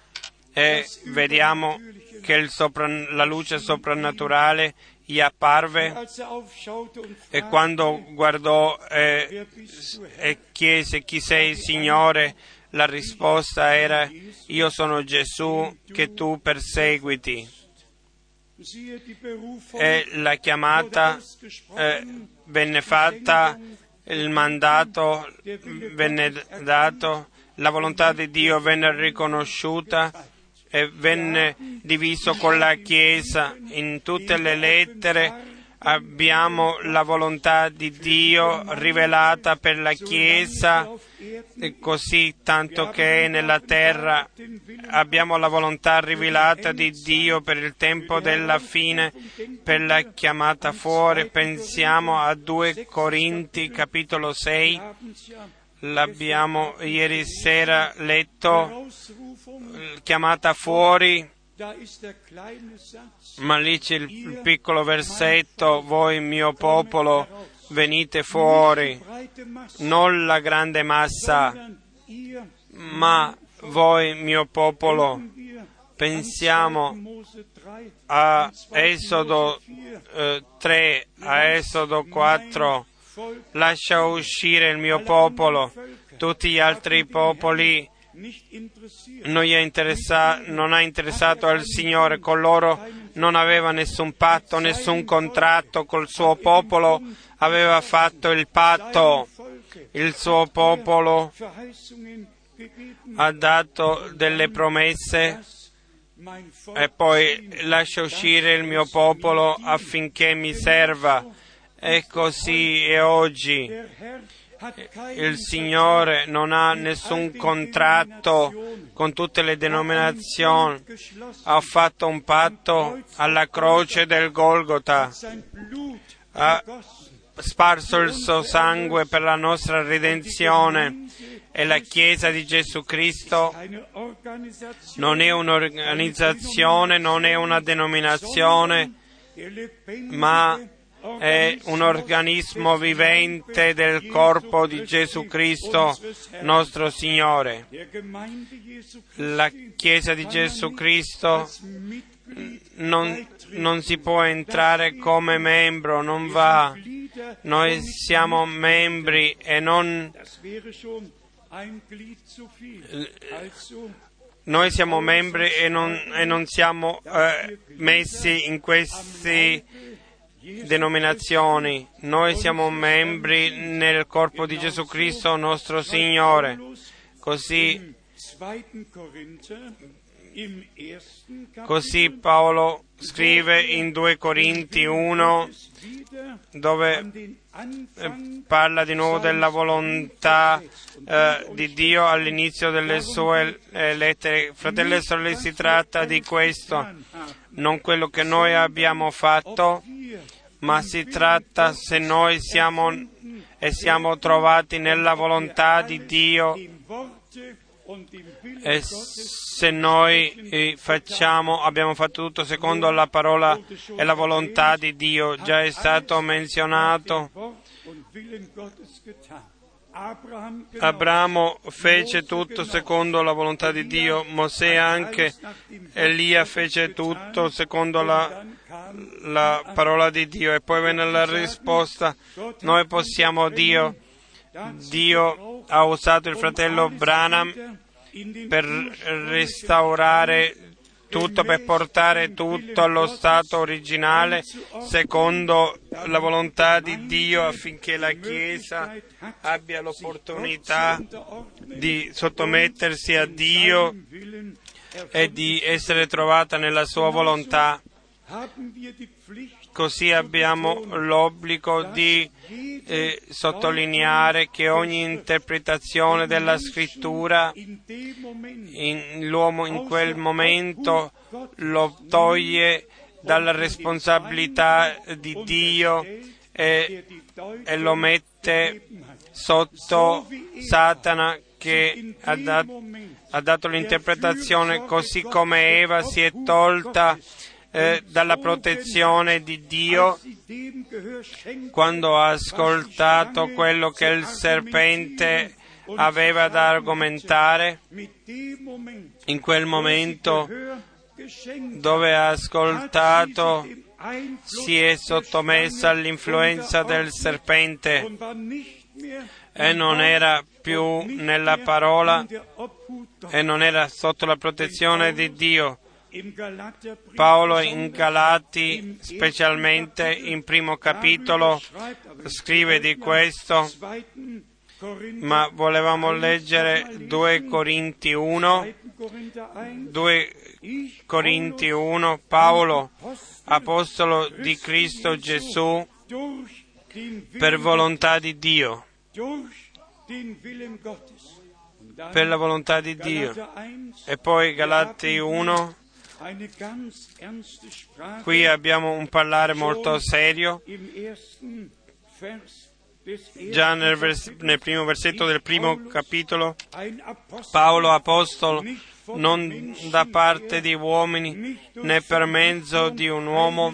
e vediamo che la luce soprannaturale gli apparve, e quando guardò e chiese: chi sei, Signore? La risposta era: io sono Gesù che tu perseguiti. E la chiamata venne fatta, il mandato venne dato, la volontà di Dio venne riconosciuta e venne diviso con la Chiesa. In tutte le lettere abbiamo la volontà di Dio rivelata per la Chiesa, e così tanto che nella terra abbiamo la volontà rivelata di Dio per il tempo della fine, per la chiamata fuori. Pensiamo a 2 Corinti capitolo 6, l'abbiamo ieri sera letto, chiamata fuori, ma lì c'è il piccolo versetto: voi mio popolo venite fuori, non la grande massa, ma voi mio popolo. Pensiamo a Esodo 3, a Esodo 4, lascia uscire il mio popolo. Tutti gli altri popoli non ha interessato al Signore, con loro non aveva nessun patto, nessun contratto. Col suo popolo aveva fatto il patto. Il suo popolo ha dato delle promesse, e poi lascia uscire il mio popolo affinché mi serva. E così è oggi. Il Signore non ha nessun contratto con tutte le denominazioni. Ha fatto un patto alla croce del Golgota. Ha sparso il suo sangue per la nostra redenzione, e la Chiesa di Gesù Cristo non è un'organizzazione, non è una denominazione, ma è un organismo vivente del corpo di Gesù Cristo, nostro Signore. La Chiesa di Gesù Cristo non si può entrare come membro, non va. Noi siamo membri e non siamo messi in queste denominazioni. Noi siamo membri nel corpo di Gesù Cristo, nostro Signore. Così Paolo scrive in 2 Corinti 1, dove parla di nuovo della volontà di Dio all'inizio delle sue lettere. Fratelli e sorelle, si tratta di questo, non quello che noi abbiamo fatto, ma si tratta se noi siamo trovati nella volontà di Dio, e se noi abbiamo fatto tutto secondo la parola e la volontà di Dio. Già è stato menzionato, Abramo fece tutto secondo la volontà di Dio, Mosè anche, Elia fece tutto secondo la parola di Dio, e poi venne la risposta: noi possiamo Dio ha usato il fratello Branham per restaurare tutto, per portare tutto allo stato originale secondo la volontà di Dio, affinché la Chiesa abbia l'opportunità di sottomettersi a Dio e di essere trovata nella sua volontà. Così abbiamo l'obbligo di sottolineare che ogni interpretazione della Scrittura l'uomo in quel momento lo toglie dalla responsabilità di Dio e lo mette sotto Satana, che ha dato l'interpretazione, così come Eva si è tolta dalla protezione di Dio quando ha ascoltato quello che il serpente aveva da argomentare in quel momento dove ha ascoltato, si è sottomessa all'influenza del serpente e non era più nella parola e non era sotto la protezione di Dio. Paolo in Galati, specialmente in primo capitolo, scrive di questo, ma volevamo leggere 2 Corinti 1, Paolo, apostolo di Cristo Gesù, per volontà di Dio. Per la volontà di Dio. E poi Galati 1, qui abbiamo un parlare molto serio. Già nel primo versetto del primo capitolo, Paolo apostolo, non da parte di uomini né per mezzo di un uomo,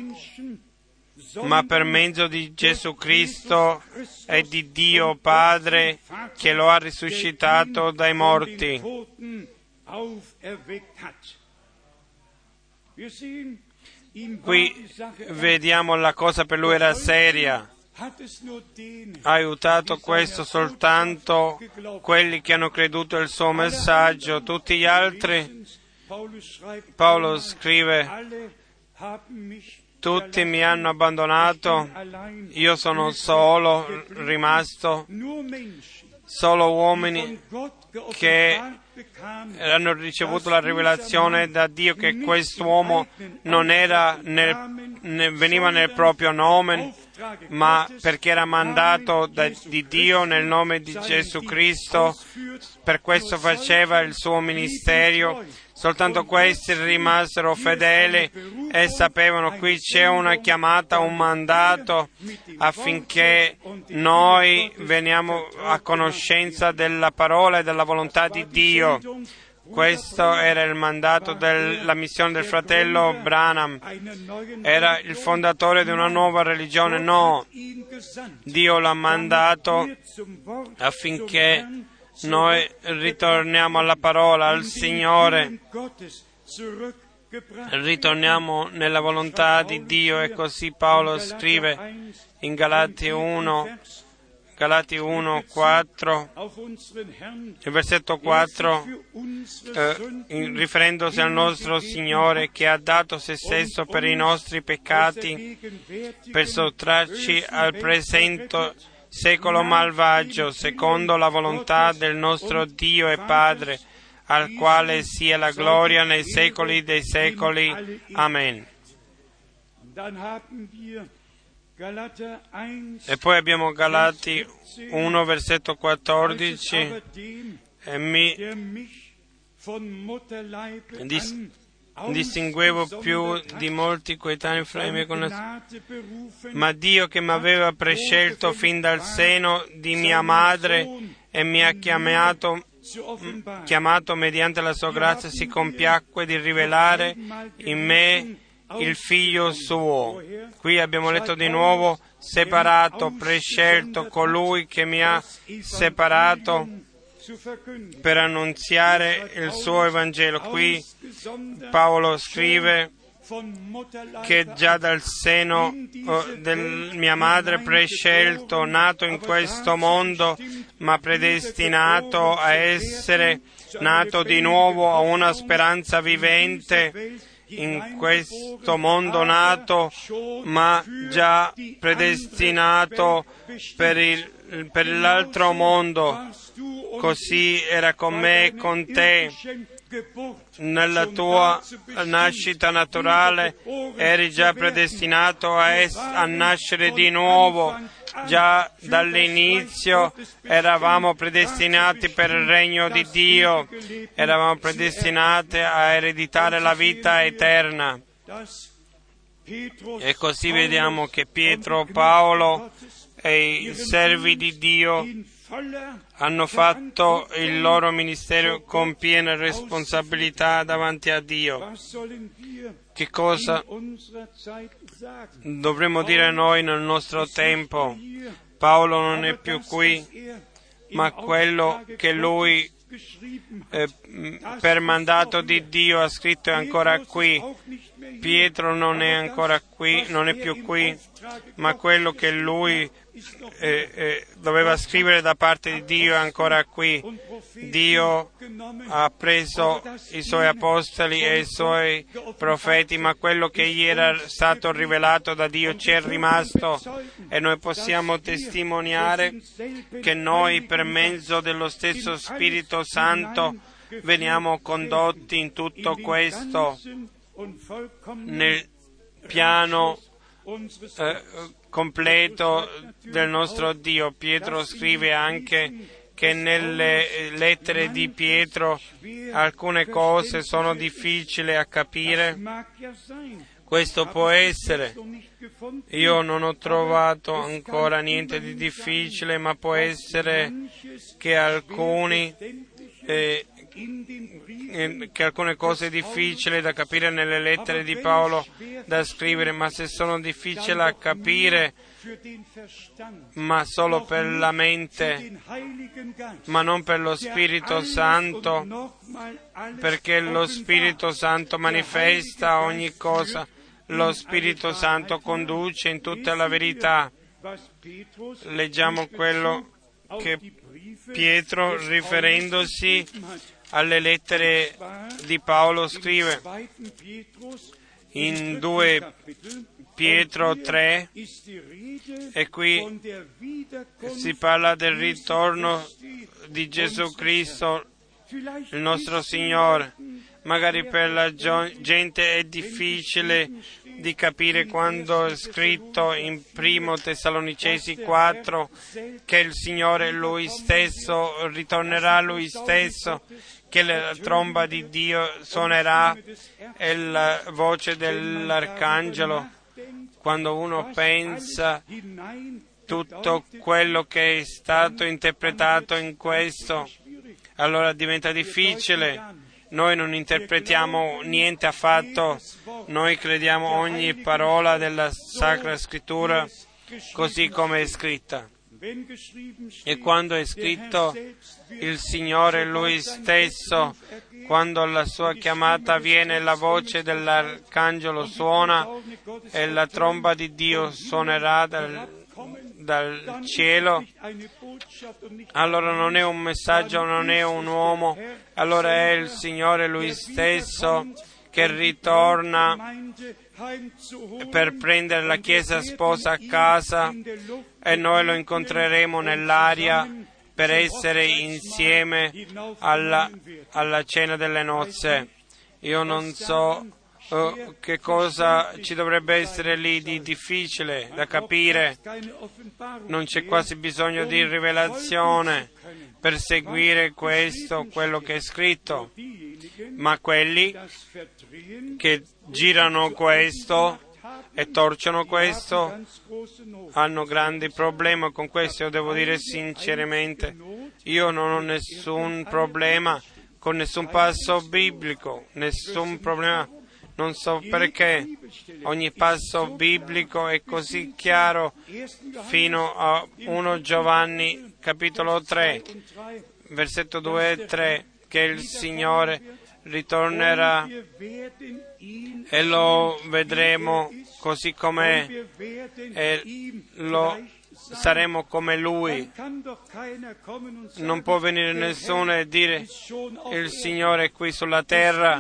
ma per mezzo di Gesù Cristo e di Dio Padre che lo ha risuscitato dai morti. Qui vediamo la cosa per lui era seria. Ha aiutato questo soltanto quelli che hanno creduto al suo messaggio. Tutti gli altri, Paolo scrive, tutti mi hanno abbandonato, io sono solo rimasto, solo uomini che hanno ricevuto la rivelazione da Dio che quest'uomo non era veniva nel proprio nome, ma perché era mandato di Dio nel nome di Gesù Cristo, per questo faceva il suo ministero. Soltanto questi rimasero fedeli e sapevano qui c'è una chiamata, un mandato affinché noi veniamo a conoscenza della parola e della volontà di Dio. Questo era il mandato della missione del fratello Branham. Era il fondatore di una nuova religione? No. Dio l'ha mandato affinché noi ritorniamo alla parola, al Signore, ritorniamo nella volontà di Dio e così Paolo scrive in Galati 1, 4, il versetto 4, riferendosi al nostro Signore che ha dato se stesso per i nostri peccati, per sottrarci al presente secolo malvagio, secondo la volontà del nostro Dio e Padre, al quale sia la gloria nei secoli dei secoli. Amen. E poi abbiamo Galati 1, versetto 14, e mi distinguevo più di molti coetanei fra i miei connazionali, ma Dio che mi aveva prescelto fin dal seno di mia madre e mi ha chiamato mediante la sua grazia, si compiacque di rivelare in me il Figlio suo. Qui abbiamo letto di nuovo separato, prescelto, colui che mi ha separato per annunziare il suo Evangelo. Qui Paolo scrive che già dal seno di mia madre prescelto, nato in questo mondo, ma predestinato a essere nato di nuovo a una speranza vivente in questo mondo nato, ma già predestinato per l'altro mondo. Così era con me e con te. Nella tua nascita naturale eri già predestinato a nascere di nuovo. Già dall'inizio eravamo predestinati per il regno di Dio, eravamo predestinati a ereditare la vita eterna. E così vediamo che Pietro, Paolo e i servi di Dio hanno fatto il loro ministero con piena responsabilità davanti a Dio. Che cosa dovremmo dire noi nel nostro tempo? Paolo non è più qui, ma quello che Lui per mandato di Dio ha scritto è ancora qui. Pietro non è ancora qui, non è più qui, ma quello che lui doveva scrivere da parte di Dio è ancora qui. Dio ha preso i suoi apostoli e i suoi profeti, ma quello che gli era stato rivelato da Dio c'è rimasto, e noi possiamo testimoniare che noi, per mezzo dello stesso Spirito Santo, veniamo condotti in tutto questo nel piano completo del nostro Dio. Pietro scrive anche che nelle lettere di Pietro alcune cose sono difficili a capire. Questo può essere. Io non ho trovato ancora niente di difficile, ma può essere che alcune cose difficili da capire nelle lettere di Paolo da scrivere, ma se sono difficili da capire, ma solo per la mente, ma non per lo Spirito Santo, perché lo Spirito Santo manifesta ogni cosa, lo Spirito Santo conduce in tutta la verità. Leggiamo quello che Pietro, riferendosi alle lettere di Paolo, scrive in 2 Pietro 3, e qui si parla del ritorno di Gesù Cristo, il nostro Signore. Magari per la gente è difficile di capire quando è scritto in 1 Tessalonicesi 4 che il Signore Lui stesso ritornerà, Lui stesso, che la tromba di Dio suonerà e la voce dell'arcangelo. Quando uno pensa tutto quello che è stato interpretato in questo, allora diventa difficile. Noi non interpretiamo niente affatto, noi crediamo ogni parola della Sacra Scrittura così come è scritta. E quando è scritto il Signore Lui stesso, quando la sua chiamata avviene, la voce dell'arcangelo suona e la tromba di Dio suonerà dal cielo, allora non è un messaggio, non è un uomo, allora è il Signore Lui stesso che ritorna per prendere la Chiesa sposa a casa, e noi lo incontreremo nell'aria per essere insieme alla cena delle nozze. Io non so che cosa ci dovrebbe essere lì di difficile da capire. Non c'è quasi bisogno di rivelazione per seguire quello che è scritto, ma quelli che girano questo e torcono questo hanno grandi problemi con questo. Io devo dire sinceramente, io non ho nessun problema con nessun passo biblico, nessun problema. Non so perché ogni passo biblico è così chiaro fino a 1 Giovanni capitolo 3, versetto 2 e 3, che il Signore ritornerà e lo vedremo così com'è e saremo come Lui. Non può venire nessuno e dire il Signore è qui sulla terra.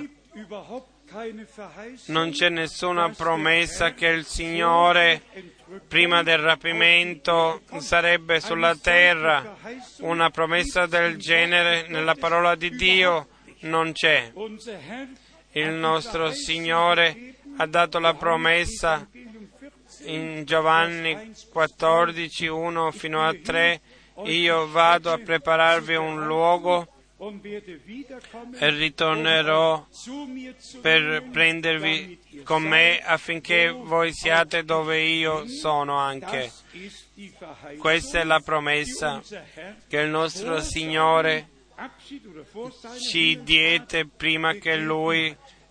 Non c'è nessuna promessa che il Signore prima del rapimento sarebbe sulla terra. Una promessa del genere nella parola di Dio non c'è. Il nostro Signore ha dato la promessa in Giovanni 14, 1 fino a 3, io vado a prepararvi un luogo e ritornerò per prendervi con me affinché voi siate dove io sono anche. Questa è la promessa che il nostro Signore ci diede prima che Lui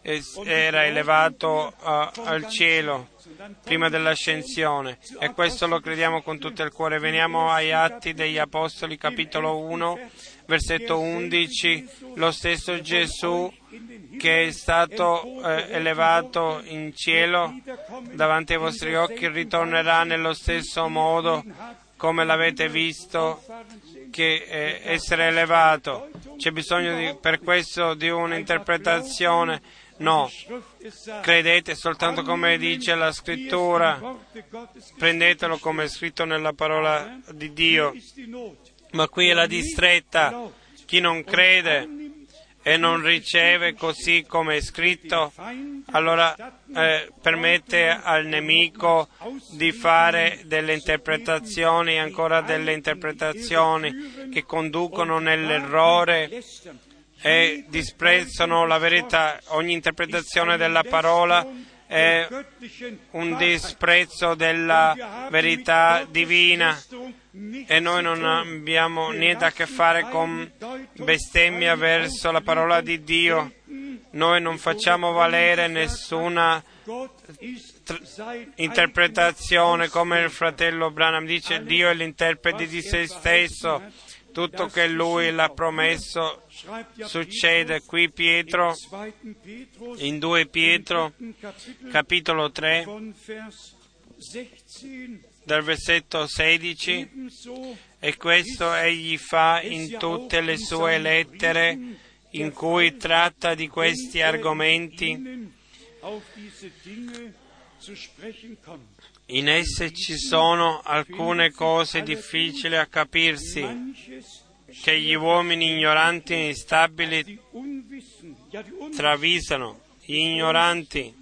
era elevato al cielo prima dell'ascensione, e questo lo crediamo con tutto il cuore. Veniamo agli Atti degli Apostoli, capitolo 1, versetto 11. Lo stesso Gesù che è stato elevato in cielo davanti ai vostri occhi ritornerà nello stesso modo come l'avete visto che essere elevato. C'è bisogno per questo di un'interpretazione? No, credete soltanto come dice la Scrittura, prendetelo come è scritto nella parola di Dio. Ma qui è la distretta: chi non crede e non riceve così come è scritto, allora permette al nemico di fare delle interpretazioni e ancora delle interpretazioni che conducono nell'errore e disprezzano la verità. Ogni interpretazione della parola è un disprezzo della verità divina, e noi non abbiamo niente a che fare con bestemmia verso la parola di Dio. Noi non facciamo valere nessuna interpretazione, come il fratello Branham dice: Dio è l'interprete di se stesso, tutto che Lui l'ha promesso succede. Qui Pietro, in 2 Pietro, capitolo 3, dal versetto 16, e questo egli fa in tutte le sue lettere in cui tratta di questi argomenti. In esse ci sono alcune cose difficili a capirsi, che gli uomini ignoranti e instabili travisano. Gli ignoranti.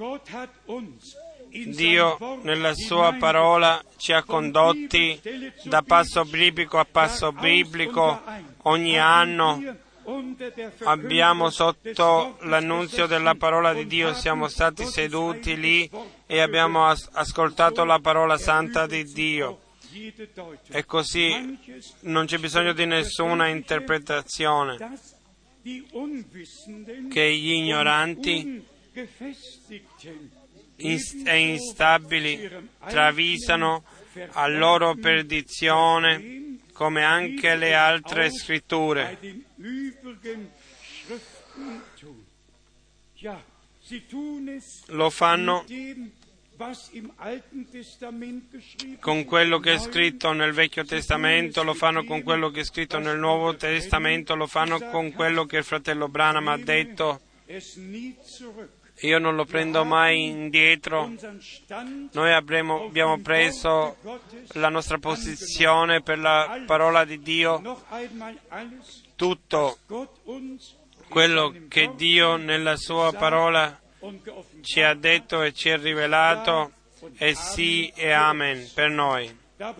Dio nella sua parola ci ha condotti da passo biblico a passo biblico. Ogni anno abbiamo sotto l'annunzio della parola di Dio, siamo stati seduti lì e abbiamo ascoltato la parola santa di Dio. E così non c'è bisogno di nessuna interpretazione, che gli ignoranti e instabili travisano a loro perdizione, come anche le altre scritture. Lo fanno con quello che è scritto nel Vecchio Testamento, lo fanno con quello che è scritto nel Nuovo Testamento, lo fanno con quello che il fratello Branham ha detto. Io non lo prendo mai indietro. Noi abbiamo preso la nostra posizione per la parola di Dio. Tutto quello che Dio nella sua parola ci ha detto e ci è rivelato è sì e amen per noi.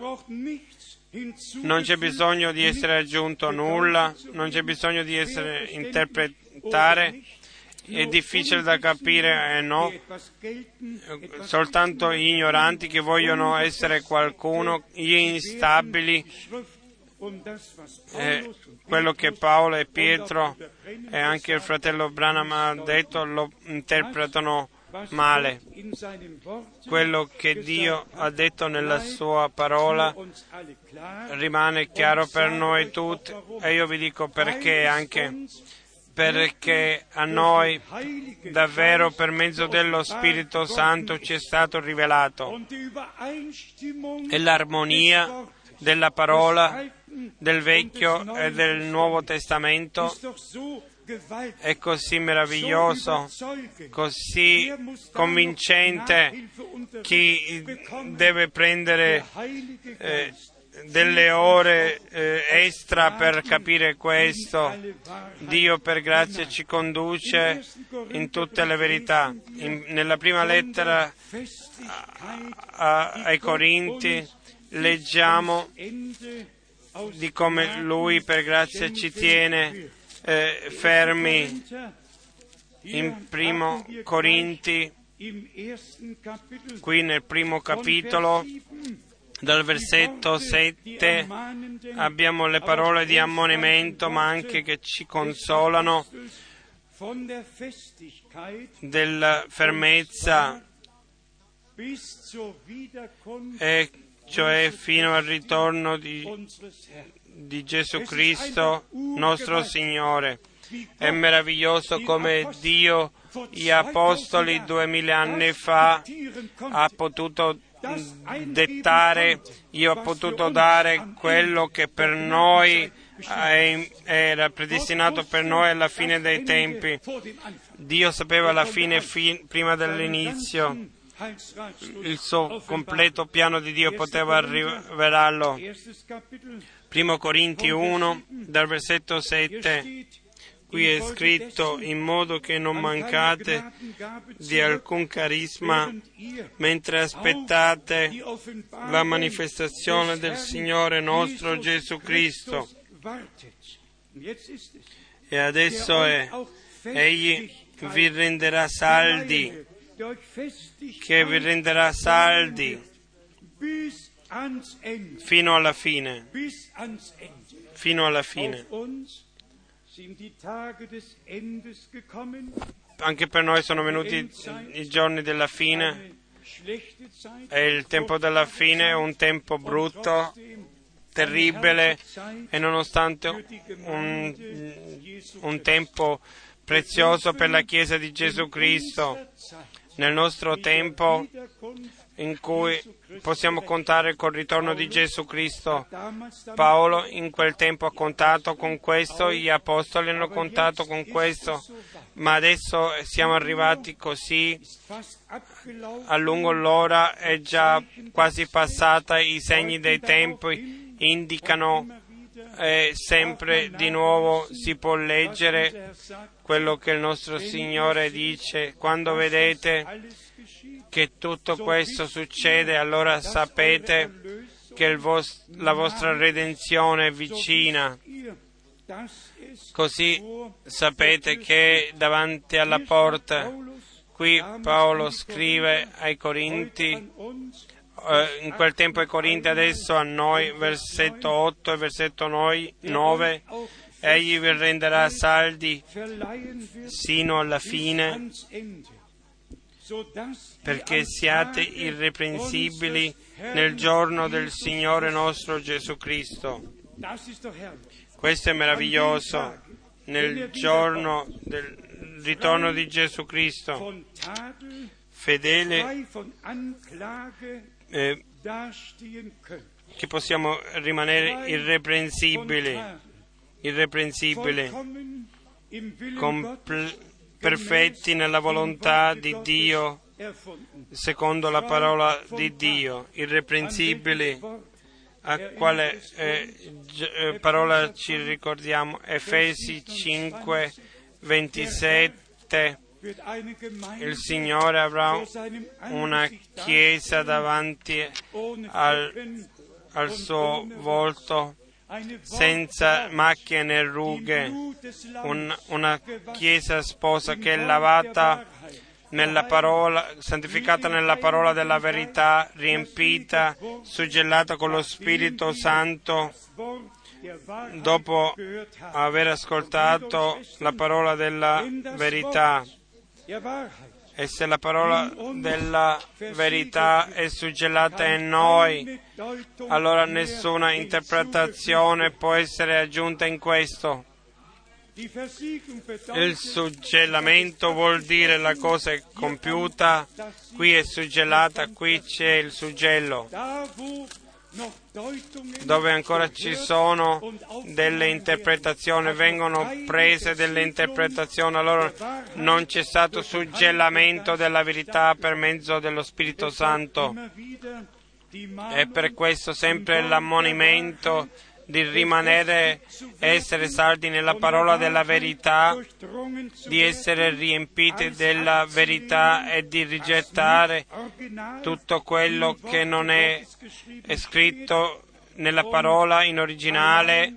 Non c'è bisogno di essere aggiunto nulla, non c'è bisogno di essere interpretare. È difficile da capire, no? Soltanto gli ignoranti che vogliono essere qualcuno, gli instabili, quello che Paolo e Pietro e anche il fratello Branham ha detto, lo interpretano male. Quello che Dio ha detto nella sua parola rimane chiaro per noi tutti, e io vi dico perché, anche perché a noi davvero per mezzo dello Spirito Santo ci è stato rivelato, e l'armonia della parola del Vecchio e del Nuovo Testamento è così meraviglioso, così convincente. Chi deve prendere delle ore extra per capire questo? Dio per grazia ci conduce in tutte le verità. Nella prima lettera ai Corinti leggiamo di come Lui per grazia ci tiene fermi. In primo Corinti, qui nel primo capitolo, dal versetto 7 abbiamo le parole di ammonimento, ma anche che ci consolano della fermezza, e cioè fino al ritorno di Gesù Cristo, nostro Signore. È meraviglioso come Dio, gli Apostoli 2000 anni fa, ha potuto dettare, io ho potuto dare quello che per noi era predestinato per noi alla fine dei tempi. Dio sapeva la fine prima dell'inizio. Il suo completo piano di Dio poteva rivelarlo. 1 Corinti 1, dal versetto 7, qui è scritto: in modo che non mancate di alcun carisma mentre aspettate la manifestazione del Signore nostro Gesù Cristo. E adesso Egli vi renderà saldi, che vi renderà saldi fino alla fine. Fino alla fine. Anche per noi sono venuti i giorni della fine, e il tempo della fine è un tempo brutto, terribile, e nonostante un tempo prezioso per la Chiesa di Gesù Cristo. Nel nostro tempo, in cui possiamo contare col ritorno di Gesù Cristo. Paolo in quel tempo ha contato con questo, gli Apostoli hanno contato con questo, ma adesso siamo arrivati così a lungo l'ora, è già quasi passata, i segni dei tempi indicano, sempre di nuovo si può leggere quello che il nostro Signore dice: quando vedete che tutto questo succede, allora sapete che la vostra redenzione è vicina. Così sapete che è davanti alla porta. Qui Paolo scrive ai Corinti, in quel tempo ai Corinti, adesso a noi, versetto 8 e versetto 9, egli vi renderà saldi sino alla fine, perché siate irreprensibili nel giorno del Signore nostro Gesù Cristo. Questo è meraviglioso, nel giorno del ritorno di Gesù Cristo, fedele, che possiamo rimanere irreprensibili, perfetti nella volontà di Dio, secondo la parola di Dio, irreprensibili. A quale parola ci ricordiamo? Efesi 5, 27. Il Signore avrà una chiesa davanti al suo volto, senza macchie né rughe, una chiesa sposa che è lavata nella parola, santificata nella parola della verità, riempita, suggellata con lo Spirito Santo, dopo aver ascoltato la parola della verità. E se la parola della verità è suggellata in noi, allora nessuna interpretazione può essere aggiunta in questo. Il suggellamento vuol dire la cosa è compiuta, qui è suggellata, qui c'è il suggello. Dove ancora ci sono delle interpretazioni, vengono prese delle interpretazioni, allora non c'è stato suggellamento della verità per mezzo dello Spirito Santo. E per questo sempre l'ammonimento di rimanere, essere saldi nella parola della verità, di essere riempiti della verità e di rigettare tutto quello che non è scritto nella parola in originale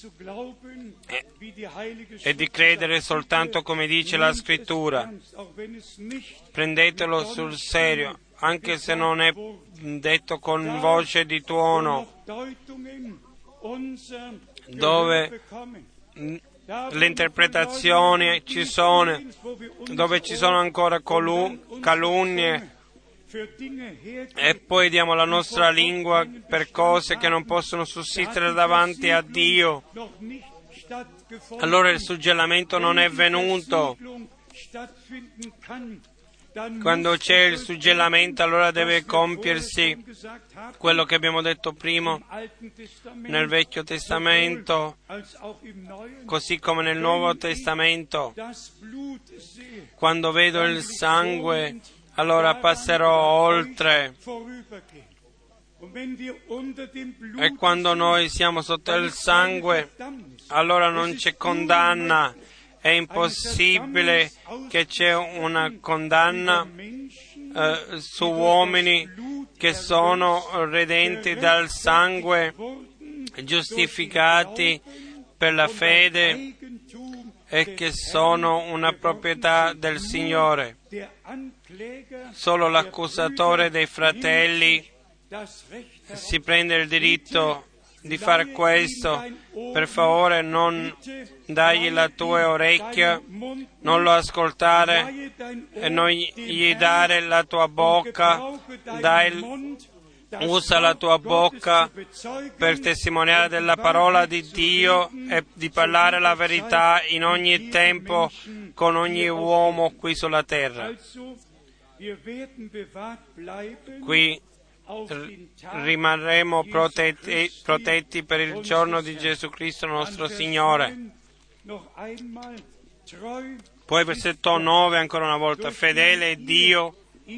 e di credere soltanto come dice la Scrittura. Prendetelo sul serio, anche se non è detto con voce di tuono, dove le interpretazioni ci sono, dove ci sono ancora calunnie, e poi diamo la nostra lingua per cose che non possono sussistere davanti a Dio. Allora il suggellamento non è venuto. Quando c'è il suggellamento, allora deve compiersi quello che abbiamo detto prima nel Vecchio Testamento, così come nel Nuovo Testamento. Quando vedo il sangue, allora passerò oltre. E quando noi siamo sotto il sangue, allora non c'è condanna. È impossibile che c'è una condanna su uomini che sono redenti dal sangue, giustificati per la fede e che sono una proprietà del Signore. Solo l'accusatore dei fratelli si prende il diritto di fare questo. Per favore, non dagli la tua orecchia, non lo ascoltare e non gli dare la tua bocca. Usa la tua bocca per testimoniare della parola di Dio e di parlare la verità in ogni tempo con ogni uomo qui sulla terra. Qui rimarremo protetti per il giorno di Gesù Cristo nostro Signore. Poi versetto 9 ancora una volta: fedele è Dio,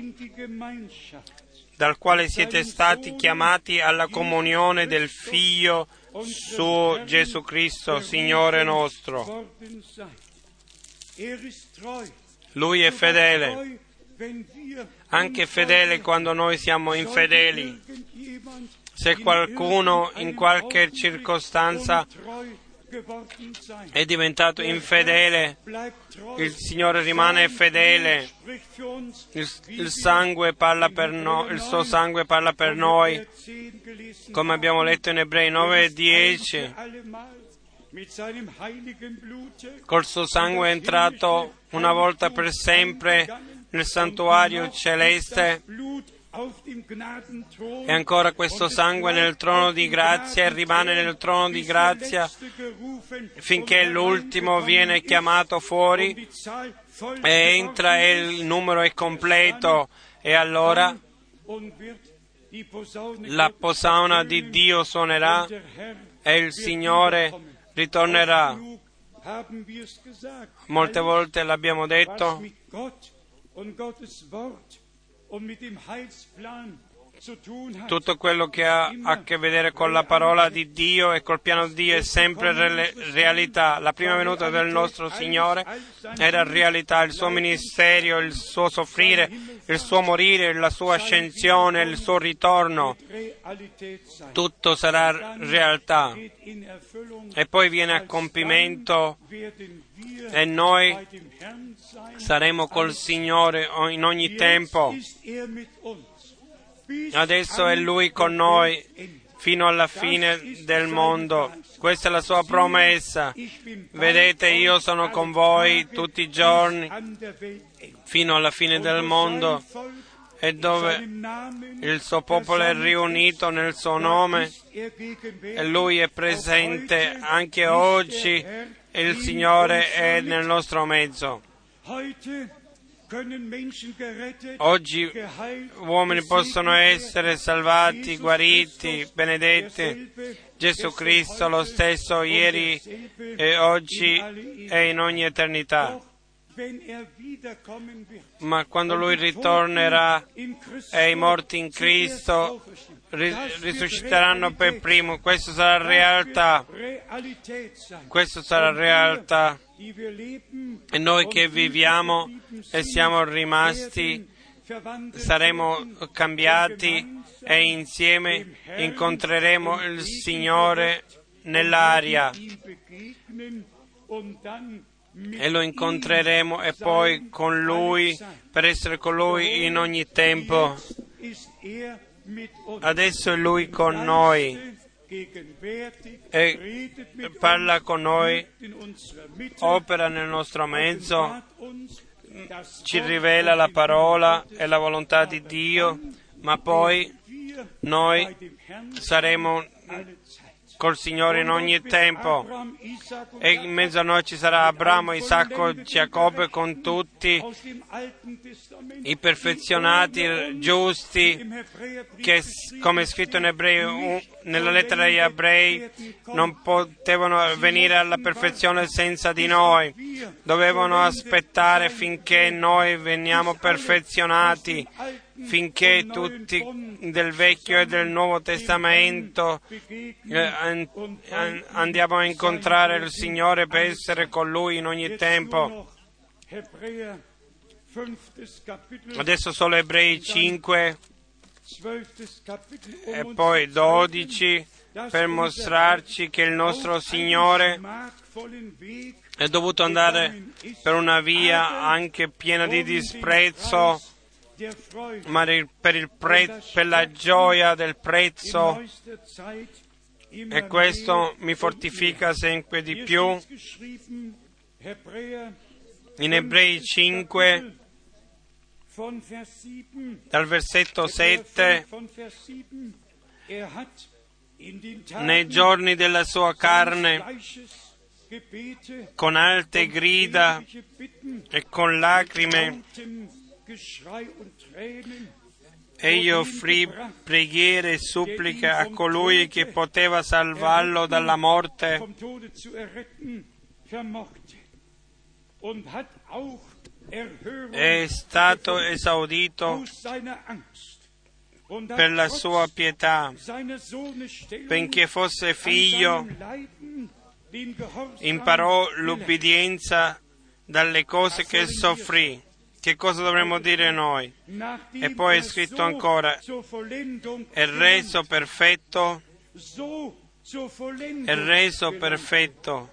dal quale siete stati chiamati alla comunione del Figlio suo Gesù Cristo, Signore nostro. Lui è fedele, anche fedele quando noi siamo infedeli. Se qualcuno in qualche circostanza è diventato infedele, il Signore rimane fedele. Il sangue parla per noi, il suo sangue parla per noi, come abbiamo letto in Ebrei 9:10. Col suo sangue è entrato una volta per sempre nel santuario celeste, e ancora questo sangue nel trono di grazia, e rimane nel trono di grazia finché l'ultimo viene chiamato fuori e entra e il numero è completo, e allora la posauna di Dio suonerà e il Signore ritornerà. Molte volte l'abbiamo detto, tutto quello che ha a che vedere con la parola di Dio e col piano di Dio è sempre realtà. La prima venuta del nostro Signore era realtà, il suo ministero, il suo soffrire, il suo morire, la sua ascensione, il suo ritorno. Tutto sarà realtà. E poi viene a compimento e noi saremo col Signore in ogni tempo. Adesso è Lui con noi fino alla fine del mondo. Questa è la sua promessa. Vedete, io sono con voi tutti i giorni fino alla fine del mondo, e dove il suo popolo è riunito nel suo nome e Lui è presente anche oggi, e il Signore è nel nostro mezzo. Oggi uomini possono essere salvati, guariti, benedetti. Gesù Cristo lo stesso ieri e oggi e in ogni eternità. Ma quando Lui ritornerà e i morti in Cristo risusciteranno per primo, questo sarà realtà. Questo sarà realtà. E noi che viviamo e siamo rimasti saremo cambiati e insieme incontreremo il Signore nell'aria e lo incontreremo, e poi con Lui, per essere con Lui in ogni tempo. Adesso è Lui con noi. e parla con noi, opera nel nostro mezzo, ci rivela la parola e la volontà di Dio, ma poi noi saremo col Signore in ogni tempo, e in mezzo a noi ci sarà Abramo, Isacco, Giacobbe, con tutti i perfezionati, giusti, che, come è scritto in Ebrei, nella lettera agli Ebrei, non potevano venire alla perfezione senza di noi, dovevano aspettare finché noi veniamo perfezionati, finché tutti del Vecchio e del Nuovo Testamento andiamo a incontrare il Signore per essere con Lui in ogni tempo. Adesso solo Ebrei 5 e poi 12 per mostrarci che il nostro Signore è dovuto andare per una via anche piena di disprezzo, ma per la gioia del prezzo, e questo mi fortifica sempre di più. In Ebrei 5, dal versetto 7, nei giorni della sua carne, con alte grida e con lacrime, egli offrì preghiere e suppliche a colui che poteva salvarlo dalla morte, è stato esaudito per la sua pietà, benché fosse figlio, imparò l'ubbidienza dalle cose che soffrì. Che cosa dovremmo dire noi? E poi è scritto ancora, è reso perfetto, è reso perfetto.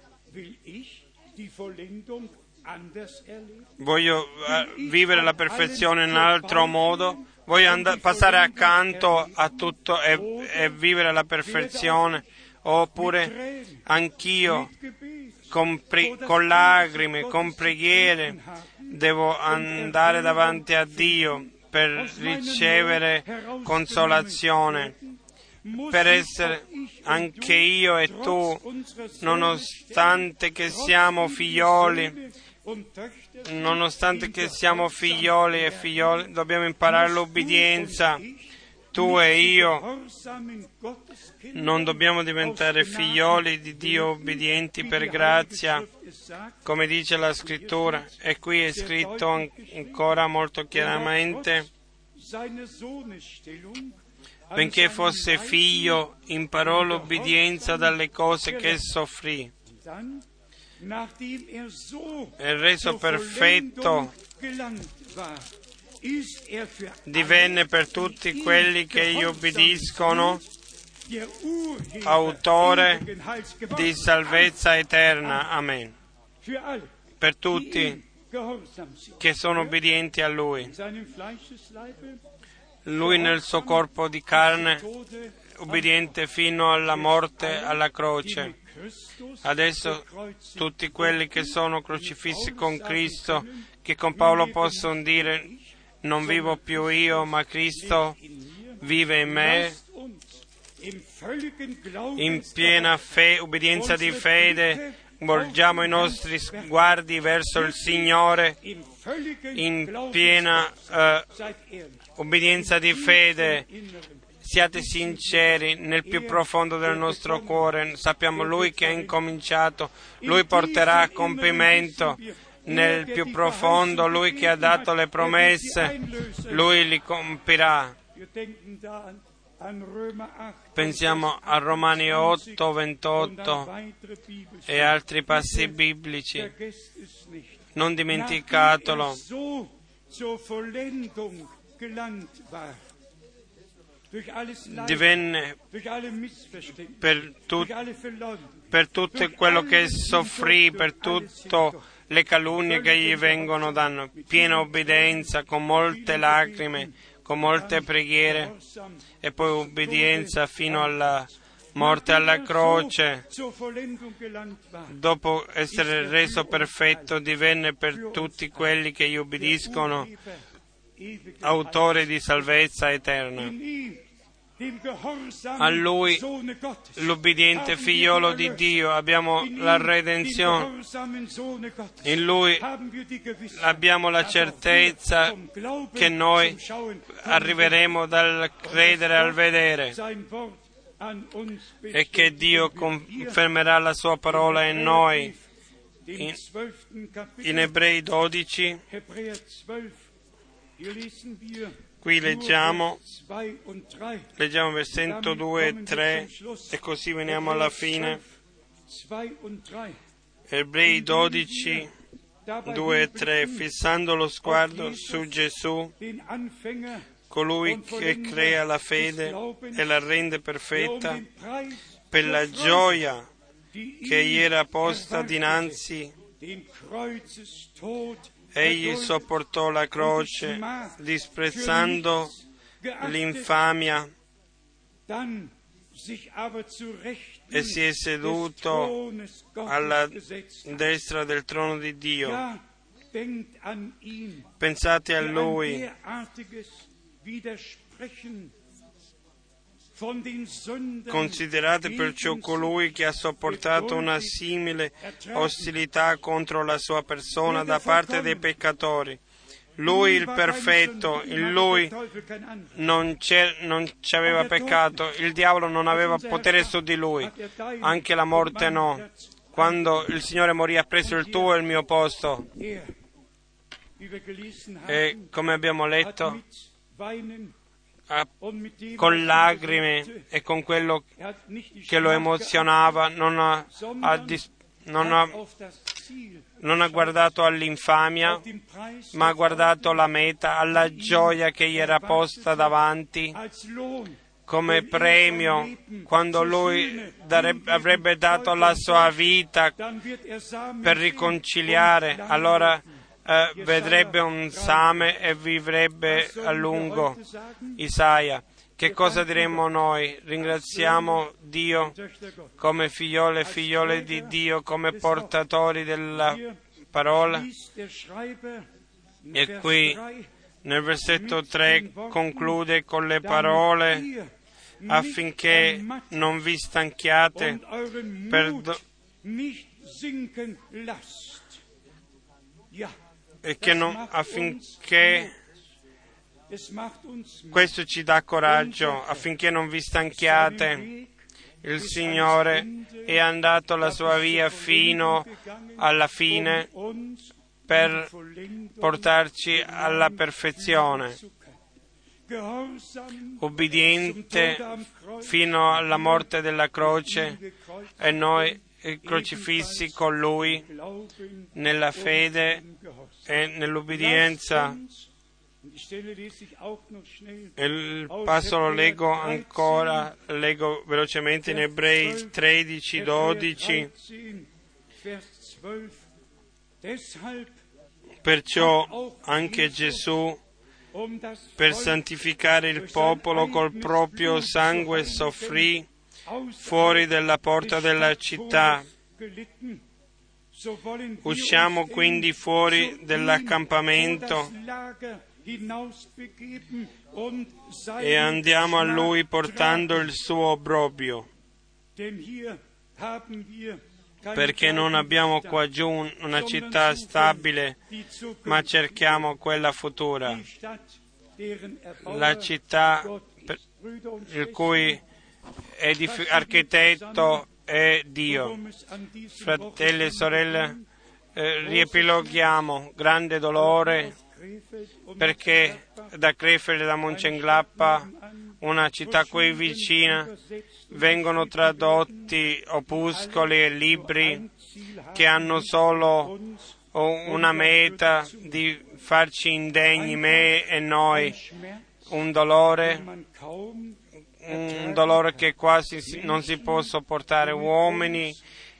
Voglio vivere la perfezione in un altro modo, voglio passare accanto a tutto e vivere la perfezione, oppure anch'io con lacrime, con preghiere, devo andare davanti a Dio per ricevere consolazione, per essere anche io e tu, nonostante che siamo figlioli e figlioli, dobbiamo imparare l'obbedienza. Tu e io non dobbiamo diventare figlioli di Dio obbedienti per grazia, come dice la Scrittura, e qui è scritto ancora molto chiaramente, benché fosse figlio, imparò l'obbedienza dalle cose che soffrì. È reso perfetto, divenne per tutti quelli che gli obbediscono autore di salvezza eterna. Amen. Per tutti che sono obbedienti a Lui. Lui nel suo corpo di carne, obbediente fino alla morte, alla croce. Adesso tutti quelli che sono crocifissi con Cristo, che con Paolo possono dire: non vivo più io, ma Cristo vive in me. In piena obbedienza di fede, volgiamo i nostri sguardi verso il Signore. In piena obbedienza di fede, siate sinceri nel più profondo del nostro cuore. Sappiamo Lui che ha incominciato, Lui porterà a compimento. Nel più profondo, Lui che ha dato le promesse, Lui li compirà. Pensiamo a Romani 8, 28 e altri passi biblici. Non dimenticatelo. Divenne per tutto quello che soffrì, per tutto le calunnie che gli vengono danno, piena obbedienza, con molte lacrime, con molte preghiere, e poi obbedienza fino alla morte alla croce, dopo essere reso perfetto, divenne per tutti quelli che gli ubbidiscono autore di salvezza eterna. A Lui, l'ubbidiente figliolo di Dio, abbiamo la redenzione. In Lui abbiamo la certezza che noi arriveremo dal credere al vedere e che Dio confermerà la Sua parola in noi. In Ebrei 12, qui leggiamo versetto 2 e 3 e così veniamo alla fine. Ebrei 12, 2 e 3, fissando lo sguardo su Gesù, colui che crea la fede e la rende perfetta, per la gioia che gli era posta dinanzi, egli sopportò la croce, disprezzando l'infamia, e si è seduto alla destra del trono di Dio. Pensate a Lui. Considerate perciò colui che ha sopportato una simile ostilità contro la sua persona da parte dei peccatori. Lui il perfetto, in Lui non c'aveva peccato, il diavolo non aveva potere su di Lui, anche la morte no. Quando il Signore morì ha preso il tuo e il mio posto. E come abbiamo letto, con lacrime e con quello che lo emozionava, non ha guardato all'infamia, ma ha guardato la meta, alla gioia che gli era posta davanti come premio, quando lui avrebbe dato la sua vita per riconciliare, allora vedrebbe un same e vivrebbe a lungo. Isaia. Che cosa diremmo noi? Ringraziamo Dio come figliole e figliole di Dio, come portatori della parola. E qui nel versetto 3 conclude con le parole: affinché non vi stanchiate affinché questo ci dà coraggio, affinché non vi stanchiate. Il Signore è andato la sua via fino alla fine per portarci alla perfezione. Ubbidiente fino alla morte della croce, e noi crocifissi con Lui nella fede e nell'ubbidienza. Il passo lo leggo ancora, leggo velocemente in Ebrei 13, 12. Perciò anche Gesù, per santificare il popolo col proprio sangue, soffrì fuori della porta della città. Usciamo quindi fuori dell'accampamento e andiamo a Lui portando il suo obbrobrio, perché non abbiamo qua giù una città stabile, ma cerchiamo quella futura, la città il cui architetto è Dio. Fratelli e sorelle, riepiloghiamo: grande dolore, perché da Krefeld e da Mönchengladbach, una città qui vicina, vengono tradotti opuscoli e libri che hanno solo una meta di farci indegni, me e noi, un dolore che quasi non si può sopportare. Uomini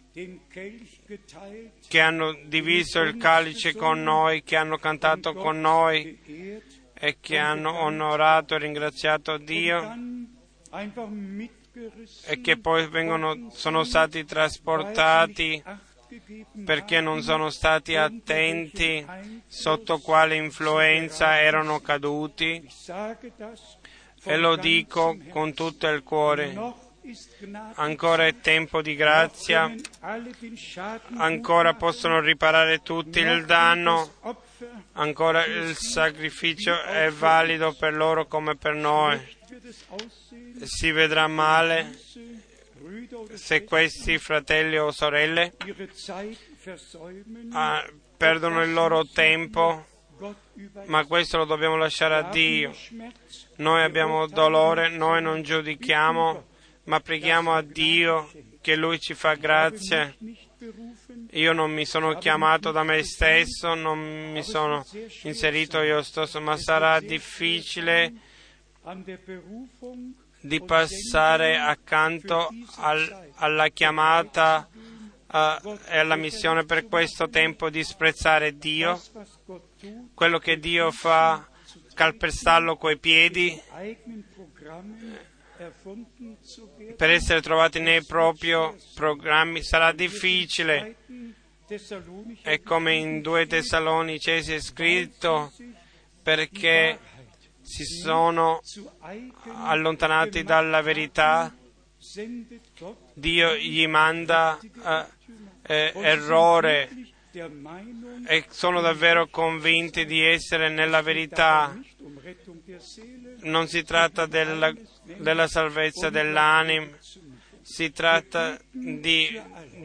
che hanno diviso il calice con noi, che hanno cantato con noi e che hanno onorato e ringraziato Dio, e che poi sono stati trasportati perché non sono stati attenti sotto quale influenza erano caduti. E lo dico con tutto il cuore. Ancora è tempo di grazia, ancora possono riparare tutti il danno, ancora il sacrificio è valido per loro come per noi. Si vedrà male se questi fratelli o sorelle perdono il loro tempo, ma questo lo dobbiamo lasciare a Dio. Noi abbiamo dolore, noi non giudichiamo, ma preghiamo a Dio che Lui ci fa grazia. Io non mi sono chiamato da me stesso, non mi sono inserito io stesso, ma sarà difficile di passare accanto alla chiamata e alla missione per questo tempo, disprezzare Dio, quello che Dio fa, calpestarlo coi piedi, per essere trovati nei propri programmi. Sarà difficile. È come in 2 Tessalonicesi è scritto, perché si sono allontanati dalla verità, Dio gli manda errore e sono davvero convinti di essere nella verità. Non si tratta della salvezza dell'anima, si tratta di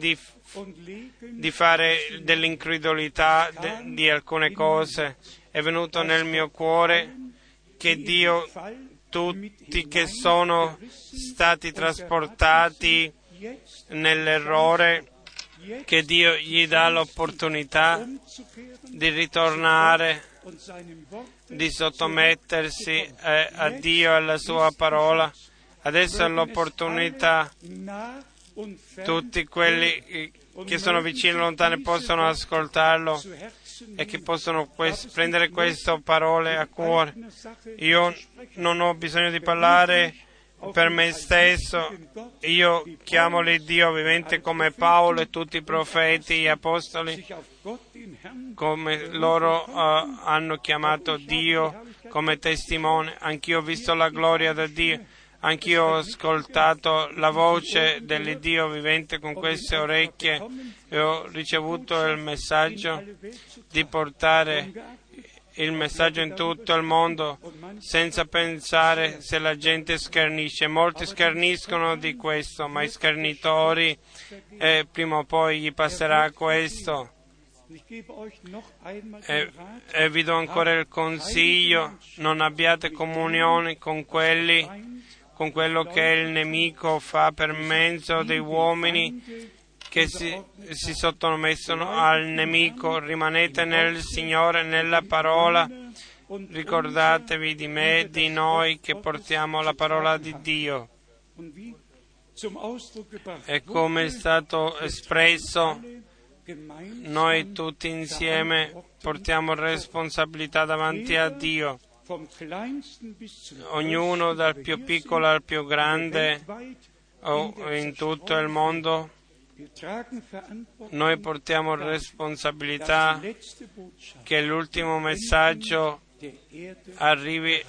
fare dell'incredulità di alcune cose. È venuto nel mio cuore che Dio, tutti che sono stati trasportati nell'errore, che Dio gli dà l'opportunità di ritornare, di sottomettersi a Dio e alla Sua parola. Adesso è l'opportunità. Tutti quelli che sono vicini e lontani possono ascoltarlo e che possono prendere queste parole a cuore. Io non ho bisogno di parlare per me stesso, io chiamo l'Iddio vivente come Paolo e tutti i profeti, gli apostoli, come loro hanno chiamato Dio come testimone. Anch'io ho visto la gloria di Dio, anch'io ho ascoltato la voce dell'Iddio vivente con queste orecchie e ho ricevuto il messaggio di portare il messaggio in tutto il mondo senza pensare se la gente schernisce. Molti scherniscono di questo, ma i schernitori prima o poi gli passerà questo. E vi do ancora il consiglio: non abbiate comunione con quello che il nemico fa per mezzo dei uomini che si sottomettono al nemico. Rimanete nel Signore, nella parola. Ricordatevi di me, di noi che portiamo la parola di Dio. E come è stato espresso, noi tutti insieme portiamo responsabilità davanti a Dio. Ognuno, dal più piccolo al più grande, o in tutto il mondo, noi portiamo responsabilità che l'ultimo messaggio arrivi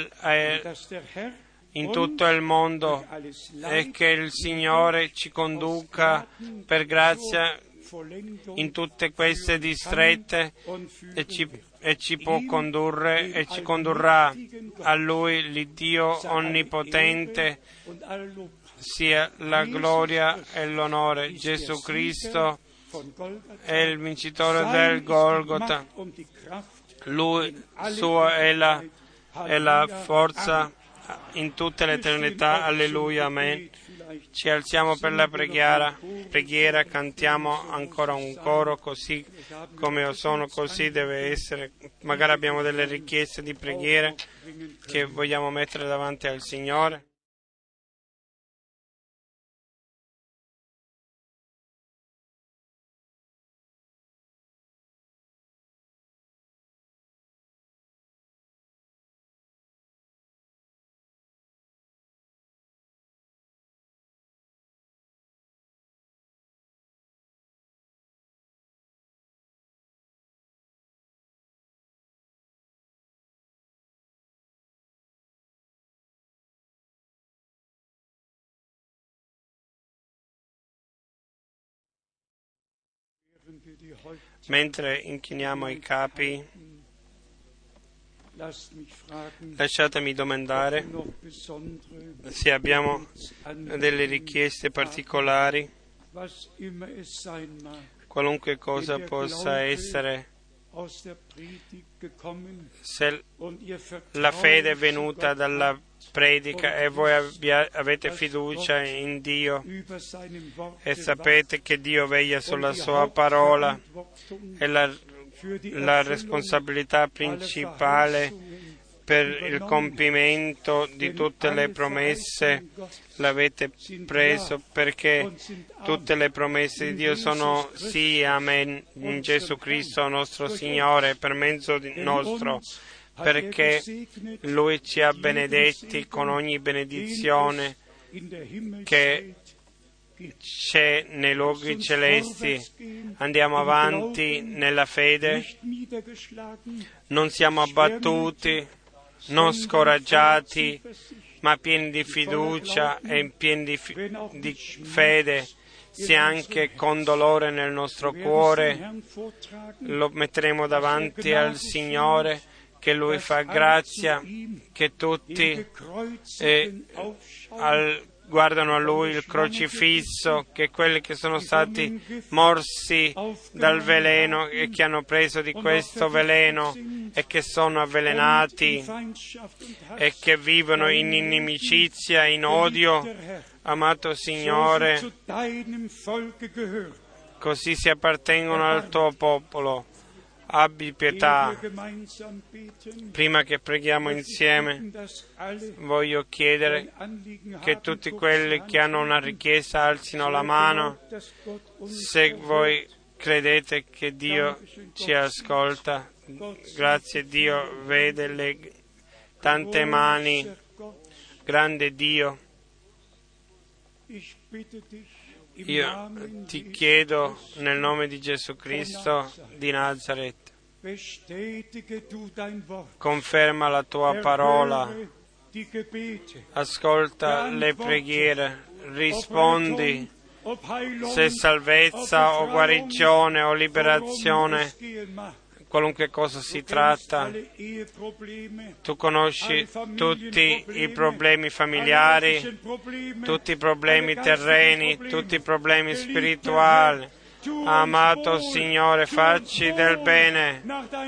in tutto il mondo e che il Signore ci conduca per grazia in tutte queste distrette e ci può condurre e ci condurrà. A Lui, l'Iddio onnipotente, sia la gloria e l'onore. Gesù Cristo è il vincitore del Golgota. Lui, sua è la forza in tutte le eternità. Alleluia, amen. Ci alziamo per la preghiera, cantiamo ancora un coro: così come io sono, così deve essere. Magari abbiamo delle richieste di preghiera che vogliamo mettere davanti al Signore. Mentre inchiniamo i capi, lasciatemi domandare se abbiamo delle richieste particolari, qualunque cosa possa essere. Se la fede è venuta dalla predica e voi avete fiducia in Dio e sapete che Dio veglia sulla sua parola e la responsabilità principale per il compimento di tutte le promesse l'avete preso, perché tutte le promesse di Dio sono sì, amen, in Gesù Cristo nostro Signore, per mezzo di nostro, perché Lui ci ha benedetti con ogni benedizione che c'è nei luoghi celesti. Andiamo avanti nella fede, non siamo abbattuti, non scoraggiati, ma pieni di fiducia e pieni di fede, se anche con dolore nel nostro cuore lo metteremo davanti al Signore, che Lui fa grazia, che tutti guardano a Lui il crocifisso, che quelli che sono stati morsi dal veleno e che hanno preso di questo veleno e che sono avvelenati e che vivono in inimicizia, in odio, amato Signore, così si appartengono al tuo popolo. Abbi pietà. Prima che preghiamo insieme, voglio chiedere che tutti quelli che hanno una richiesta alzino la mano, se voi credete che Dio ci ascolta. Grazie, Dio vede le tante mani. Grande Dio, io ti chiedo nel nome di Gesù Cristo di Nazaret, conferma la tua parola, ascolta le preghiere, rispondi se salvezza o guarigione o liberazione, qualunque cosa si tratta. Tu conosci tutti i problemi familiari, tutti i problemi terreni, tutti i problemi spirituali. Amato Signore, facci del bene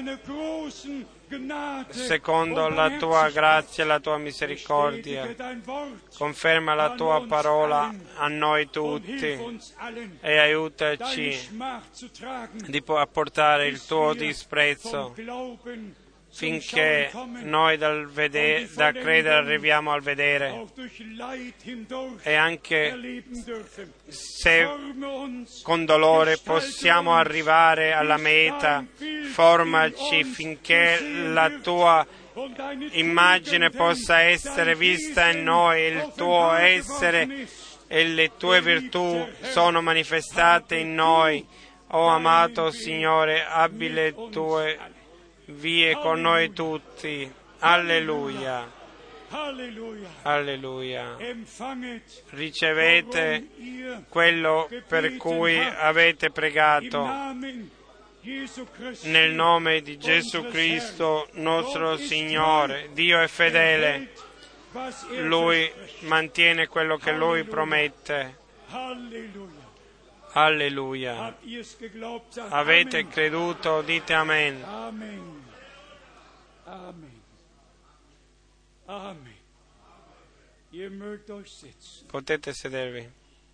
secondo la tua grazia e la tua misericordia. Conferma la tua parola a noi tutti e aiutaci a portare il tuo disprezzo finché noi da credere arriviamo al vedere, e anche se con dolore possiamo arrivare alla meta, formaci finché la tua immagine possa essere vista in noi, il tuo essere e le tue virtù sono manifestate in noi. Oh amato Signore, abbi le tue vie con noi tutti. Alleluia. Alleluia. Ricevete quello per cui avete pregato. Nel nome di Gesù Cristo, nostro Signore. Dio è fedele. Lui mantiene quello che Lui promette. Alleluia. Avete creduto? Dite amen. Potete sedervi.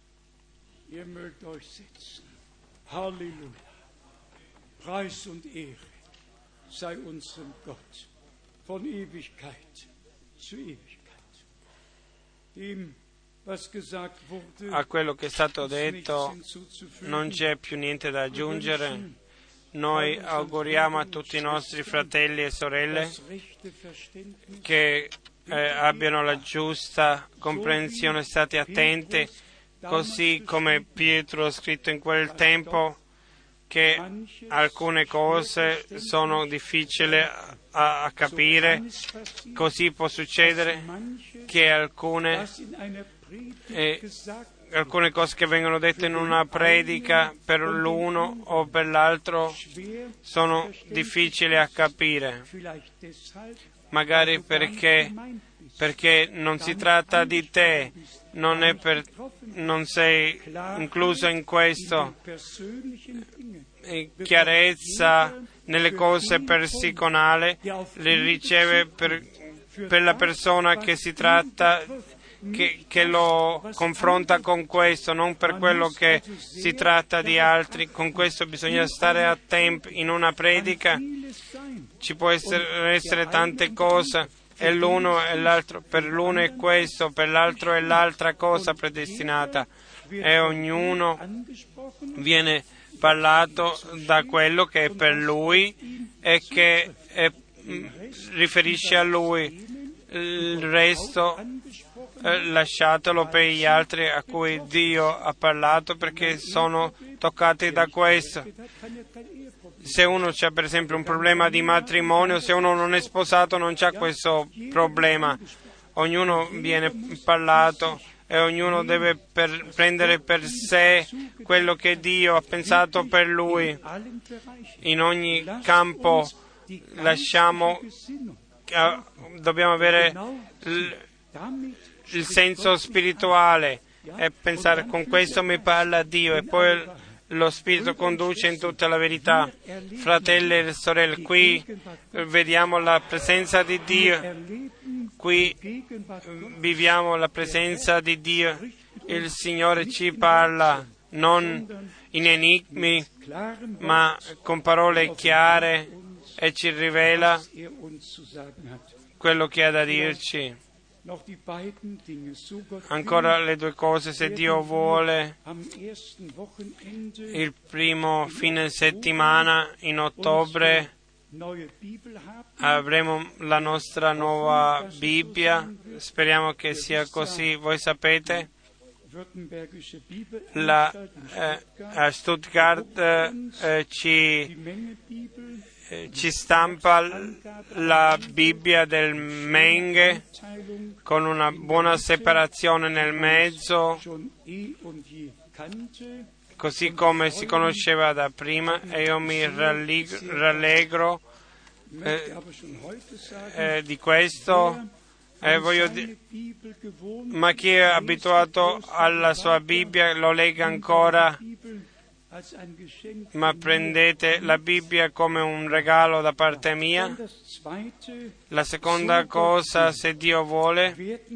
Halleluja. Preis und Ehre sei unserem Gott von Ewigkeit zu Ewigkeit. Dem, was gesagt wurde, a quello che è stato detto non c'è più niente da aggiungere. Noi auguriamo a tutti i nostri fratelli e sorelle che abbiano la giusta comprensione, state attenti, così come Pietro ha scritto in quel tempo che alcune cose sono difficili a capire, così può succedere che alcune alcune cose che vengono dette in una predica per l'uno o per l'altro sono difficili a capire, magari perché non si tratta di te, non sei incluso in questo. Chiarezza nelle cose personali le riceve per la persona che si tratta, che lo confronta con questo, non per quello che si tratta di altri. Con questo bisogna stare attenti. In una predica ci può essere tante cose, e l'uno e l'altro, per l'uno è questo, per l'altro è l'altra cosa predestinata, e ognuno viene parlato da quello che è per lui e che riferisce a lui. Il resto lasciatelo per gli altri a cui Dio ha parlato, perché sono toccati da questo. Se uno c'ha per esempio un problema di matrimonio, se uno non è sposato non c'ha questo problema. Ognuno viene parlato e ognuno deve prendere per sé quello che Dio ha pensato per lui. In ogni campo dobbiamo avere il senso spirituale e pensare: con questo mi parla Dio, e poi lo Spirito conduce in tutta la verità. Fratelli e sorelle, qui vediamo la presenza di Dio, qui viviamo la presenza di Dio. Il Signore ci parla non in enigmi, ma con parole chiare, e ci rivela quello che ha da dirci. Ancora le due cose, se Dio vuole. Il primo fine settimana in ottobre avremo la nostra nuova Bibbia, speriamo che sia così. Voi sapete, a Stuttgart ci stampa la Bibbia del Menge con una buona separazione nel mezzo, così come si conosceva da prima, e io mi rallegro di questo. Ma chi è abituato alla sua Bibbia lo legga ancora, ma prendete la Bibbia come un regalo da parte mia. La seconda cosa, se Dio vuole,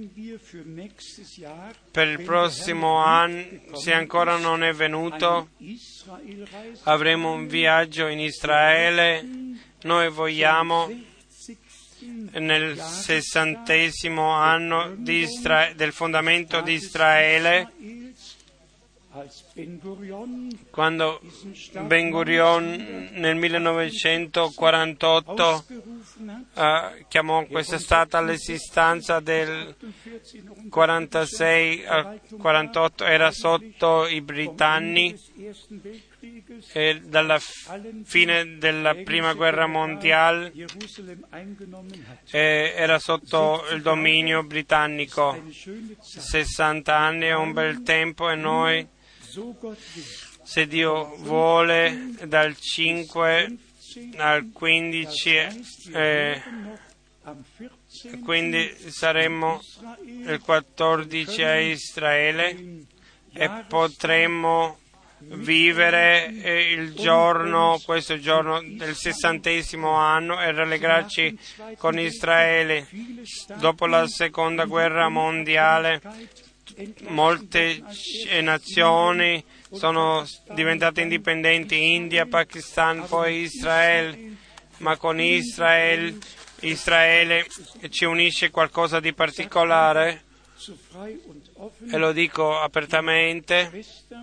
per il prossimo anno, se ancora non è venuto, avremo un viaggio in Israele. Noi vogliamo, nel 60° anno del fondamento di Israele, quando Ben Gurion nel 1948 chiamò questa stata all'esistenza del 46 al 48, era sotto i britannici, e dalla fine della prima guerra mondiale era sotto il dominio britannico. 60 anni è un bel tempo, e noi, se Dio vuole, dal 5 al 15, quindi saremo il 14 a Israele, e potremmo vivere questo giorno del 60° anno, e rallegrarci con Israele. Dopo la seconda guerra mondiale molte nazioni sono diventate indipendenti: India, Pakistan, poi Israele, ma con Israele ci unisce qualcosa di particolare, e lo dico apertamente.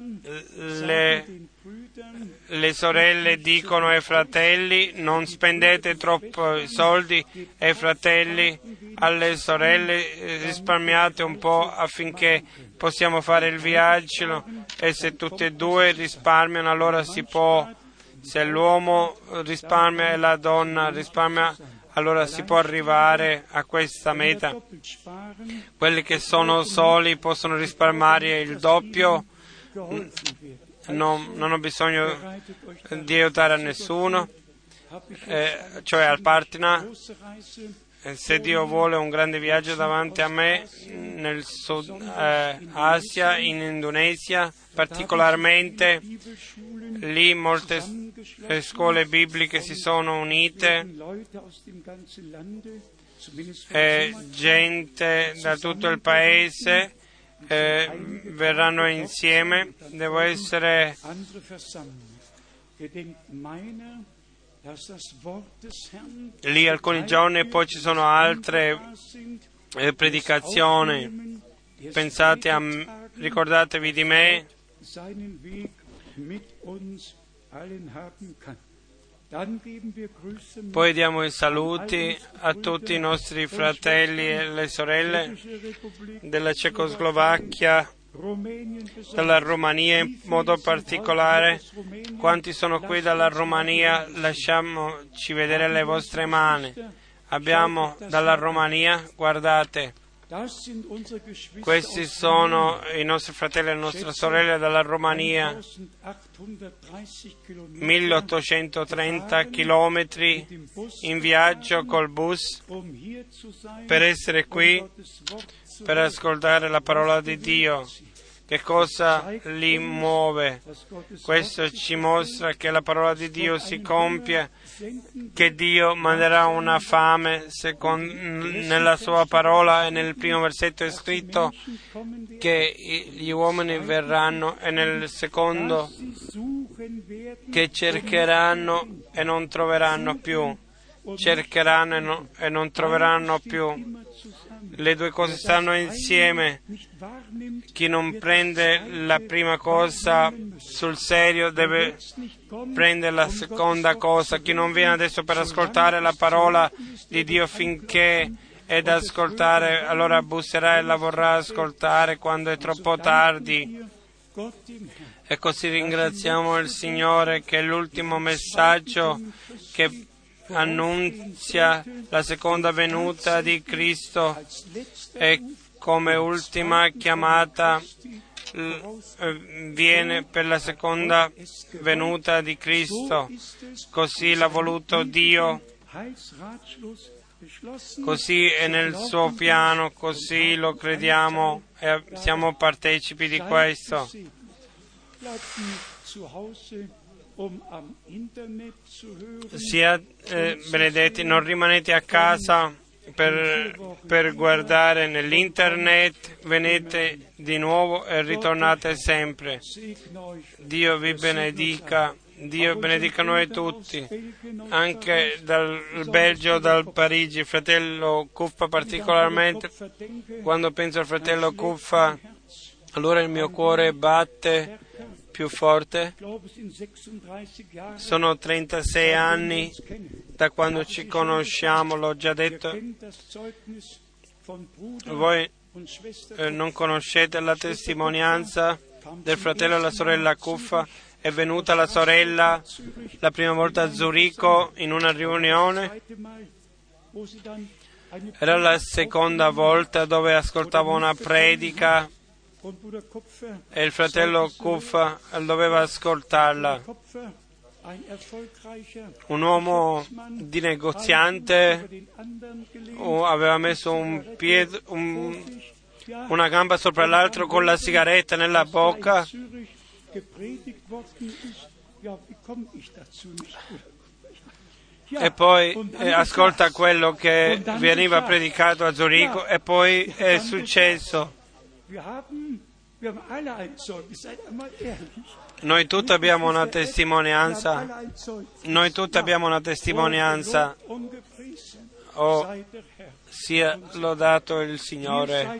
Le sorelle dicono ai fratelli: non spendete troppo soldi, e fratelli alle sorelle: risparmiate un po' affinché possiamo fare il viaggio, e se tutte e due risparmiano, allora si può. Se l'uomo risparmia e la donna risparmia, allora si può arrivare a questa meta. Quelli che sono soli possono risparmiare il doppio, non ho bisogno di aiutare a nessuno, cioè al partner. Se Dio vuole un grande viaggio davanti a me nel Sud Asia, in Indonesia particolarmente, lì molte scuole bibliche si sono unite e gente da tutto il paese verranno insieme. Devo essere lì alcuni giorni e poi ci sono altre predicazioni. Ricordatevi di me. Poi diamo i saluti a tutti i nostri fratelli e le sorelle della Cecoslovacchia, dalla Romania in modo particolare. Quanti sono qui dalla Romania? Lasciamoci vedere le vostre mani. Abbiamo dalla Romania, guardate, questi sono i nostri fratelli e le nostre sorelle dalla Romania, 1830 chilometri in viaggio col bus per essere qui, per ascoltare la parola di Dio. Che cosa li muove? Questo ci mostra che la parola di Dio si compie, che Dio manderà una fame. Nella sua parola e nel primo versetto è scritto che gli uomini verranno, e nel secondo che cercheranno e non troveranno più. Cercheranno e non troveranno più. Le due cose stanno insieme. Chi non prende la prima cosa sul serio deve prendere la seconda cosa. Chi non viene adesso per ascoltare la parola di Dio finché è da ascoltare, allora busserà e la vorrà ascoltare quando è troppo tardi. E così ringraziamo il Signore che è l'ultimo messaggio che annunzia la seconda venuta di Cristo, e come ultima chiamata viene per la seconda venuta di Cristo. Così l'ha voluto Dio, così è nel suo piano, così lo crediamo e siamo partecipi di questo. Benedetti, non rimanete a casa per guardare nell'internet, venite di nuovo e ritornate sempre. Dio vi benedica, Dio benedica noi tutti, anche dal Belgio, dal Parigi, fratello Cuffa particolarmente. Quando penso al fratello Cuffa, allora il mio cuore batte più forte. Sono 36 anni da quando ci conosciamo, l'ho già detto. Voi non conoscete la testimonianza del fratello e la sorella Cuffa. È venuta la sorella la prima volta a Zurigo in una riunione. Era la seconda volta dove ascoltavo una predica e il fratello Cuffa doveva ascoltarla. Un uomo di negoziante aveva messo una gamba sopra l'altro con la sigaretta nella bocca. E poi ascolta quello che veniva predicato a Zurigo, e poi è successo. Noi tutti abbiamo una testimonianza. Noi tutti abbiamo una testimonianza. Oh, sia lodato il Signore.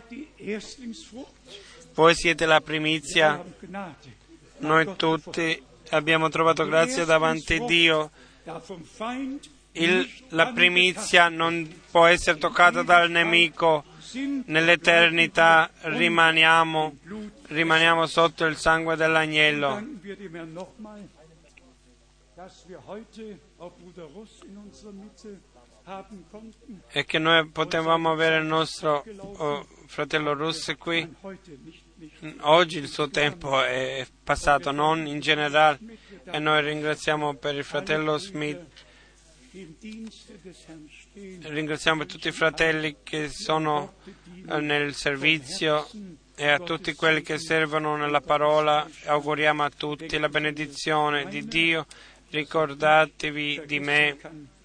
Voi siete la primizia. Noi tutti abbiamo trovato grazia davanti a Dio. La primizia non può essere toccata dal nemico. Nell'eternità rimaniamo sotto il sangue dell'agnello. e che noi potevamo avere il nostro fratello Russo qui. Oggi il suo tempo è passato, non in generale, e noi ringraziamo per il fratello Smith, ringraziamo per tutti i fratelli che sono nel servizio e a tutti quelli che servono nella parola. Auguriamo a tutti la benedizione di Dio. Ricordatevi di me,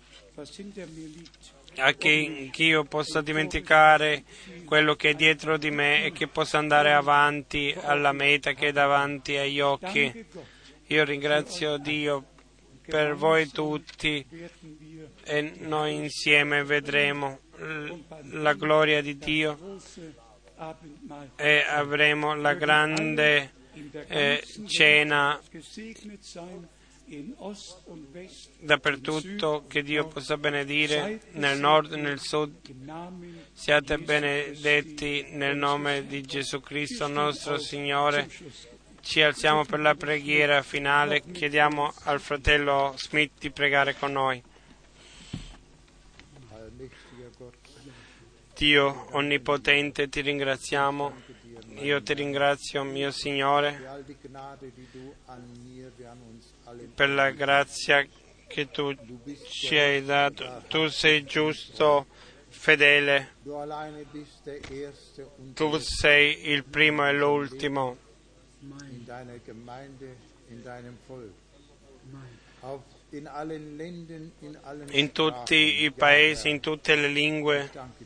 a che io possa dimenticare quello che è dietro di me e che possa andare avanti alla meta che è davanti agli occhi. Io ringrazio Dio per voi tutti e noi insieme vedremo la gloria di Dio e avremo la grande cena dappertutto. Che Dio possa benedire nel nord e nel sud. Siate benedetti nel nome di Gesù Cristo nostro Signore. Ci alziamo per la preghiera finale. Chiediamo al fratello Smith di pregare con noi. Dio onnipotente, ti ringraziamo. Io ti ringrazio, mio Signore, per la grazia che tu ci hai dato. Tu sei giusto, fedele. Tu sei il primo e l'ultimo. In tutti i paesi, in tutte le lingue.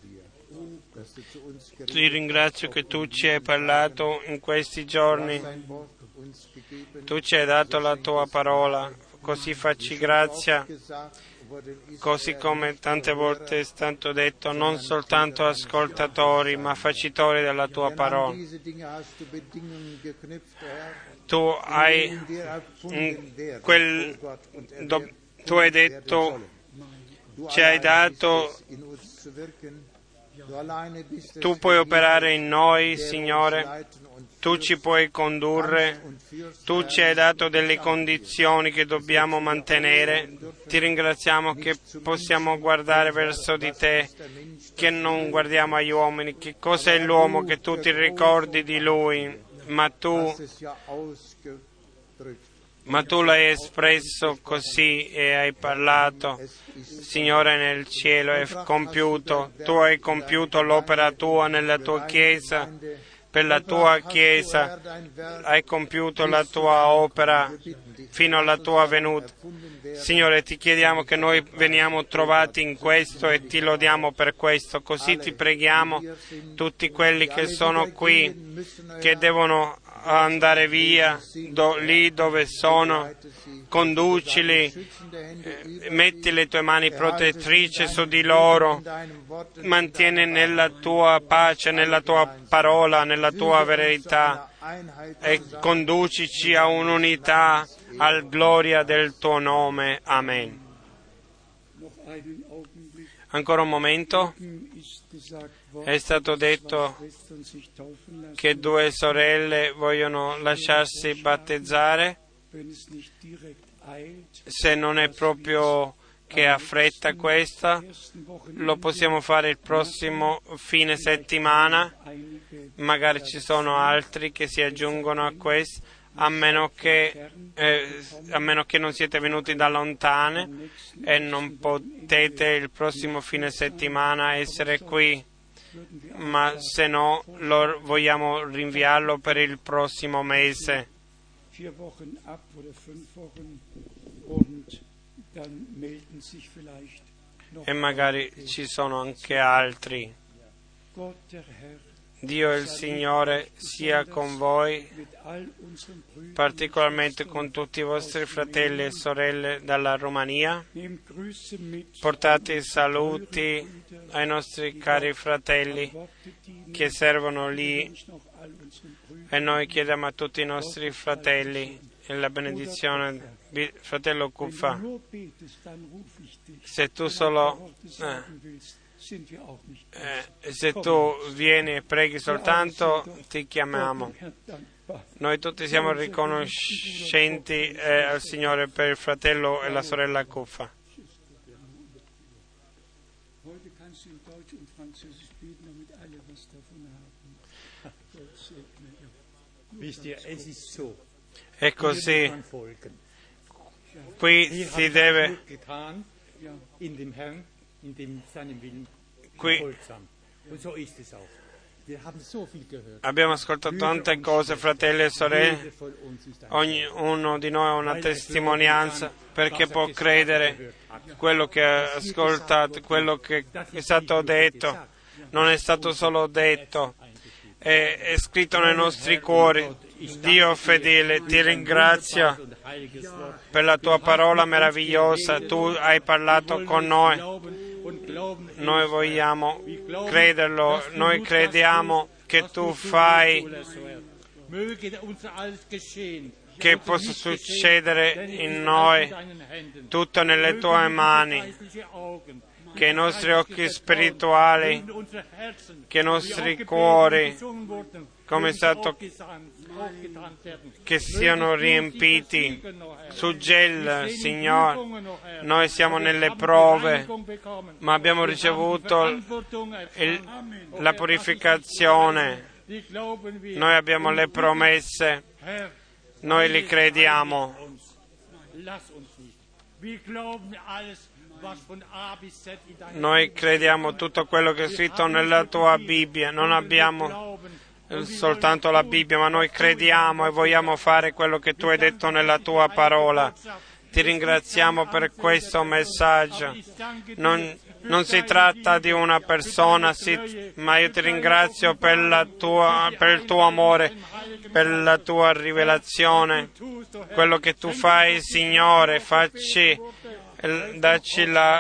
Ti ringrazio che tu ci hai parlato in questi giorni. Tu ci hai dato la tua parola. Così facci grazia, così come tante volte è stato detto, non soltanto ascoltatori, ma facitori della tua parola. Tu hai tu hai detto, ci hai dato, tu puoi operare in noi, Signore, tu ci puoi condurre, tu ci hai dato delle condizioni che dobbiamo mantenere. Ti ringraziamo che possiamo guardare verso di te, che non guardiamo agli uomini. Che cosa è l'uomo che tu ti ricordi di lui? Ma tu l'hai espresso così e hai parlato, Signore, nel cielo è compiuto. Tu hai compiuto l'opera tua nella tua Chiesa, per la tua Chiesa hai compiuto la tua opera fino alla tua venuta. Signore, ti chiediamo che noi veniamo trovati in questo e ti lodiamo per questo. Così ti preghiamo, tutti quelli che sono qui, che devono andare via, lì dove sono, conducili, metti le tue mani protettrici su di loro, mantieni nella tua pace, nella tua parola, nella tua verità e conducici a un'unità, al gloria del tuo nome. Amen. Ancora un momento. È stato detto che 2 sorelle vogliono lasciarsi battezzare. Se non è proprio che ha fretta questa, lo possiamo fare il prossimo fine settimana. Magari ci sono altri che si aggiungono a questo, a meno che non siete venuti da lontane e non potete il prossimo fine settimana essere qui. Ma se no, vogliamo rinviarlo per il prossimo mese. E magari ci sono anche altri. Dio il Signore sia con voi, particolarmente con tutti i vostri fratelli e sorelle dalla Romania. Portate i saluti ai nostri cari fratelli che servono lì e noi chiediamo a tutti i nostri fratelli la benedizione. Fratello Cuffa, se tu solo se tu vieni e preghi soltanto, ti chiamiamo. Noi tutti siamo riconoscenti al Signore per il fratello e la sorella Cuffa. È così. Qui si deve... Qui abbiamo ascoltato tante cose, fratelli e sorelle. Ognuno di noi ha una testimonianza perché può credere quello che ha ascoltato, quello che è stato detto. Non è stato solo detto, è scritto nei nostri cuori. Dio fedele, ti ringrazio per la tua parola meravigliosa. Tu hai parlato con noi. Noi vogliamo crederlo. Noi crediamo che tu fai, che possa succedere in noi, tutto nelle tue mani, che i nostri occhi spirituali, che i nostri cuori, come è stato, che siano riempiti. Suggella, Signore, noi siamo nelle prove, ma abbiamo ricevuto la purificazione. Noi abbiamo le promesse, noi li crediamo. Noi crediamo tutto quello che è scritto nella tua Bibbia. Non abbiamo soltanto la Bibbia, ma noi crediamo e vogliamo fare quello che tu hai detto nella tua parola. Ti ringraziamo per questo messaggio. Non si tratta di una persona, ma io ti ringrazio per il tuo amore, per la tua rivelazione. Quello che tu fai, Signore, dacci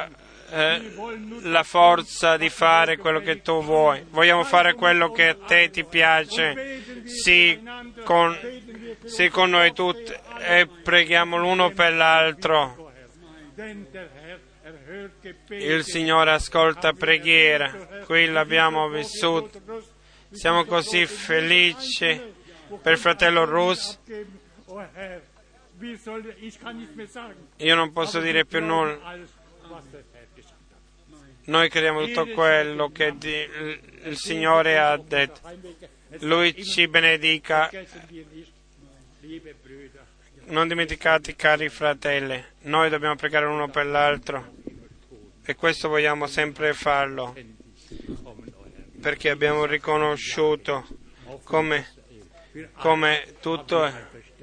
la forza di fare quello che tu vuoi. Vogliamo fare quello che a te ti piace. Sì, con noi tutti e preghiamo l'uno per l'altro. Il Signore ascolta preghiera. Qui l'abbiamo vissuto. Siamo così felici per il fratello Rus. Io non posso dire più nulla. Noi crediamo tutto quello che il Signore ha detto. Lui ci benedica. Non dimenticate, cari fratelli, noi dobbiamo pregare l'uno per l'altro e questo vogliamo sempre farlo, perché abbiamo riconosciuto come tutto è.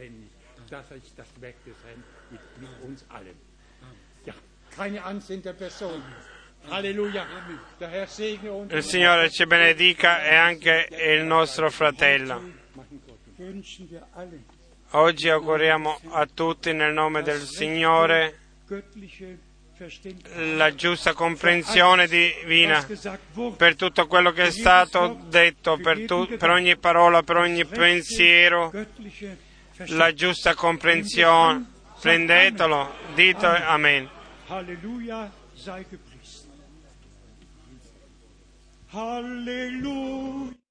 Il Signore ci benedica e anche il nostro fratello. Oggi auguriamo a tutti nel nome del Signore la giusta comprensione divina per tutto quello che è stato detto, per ogni parola, per ogni pensiero, la giusta comprensione. Prendetelo, dite Amen. Halleluja, sei gepriesen. Halleluja.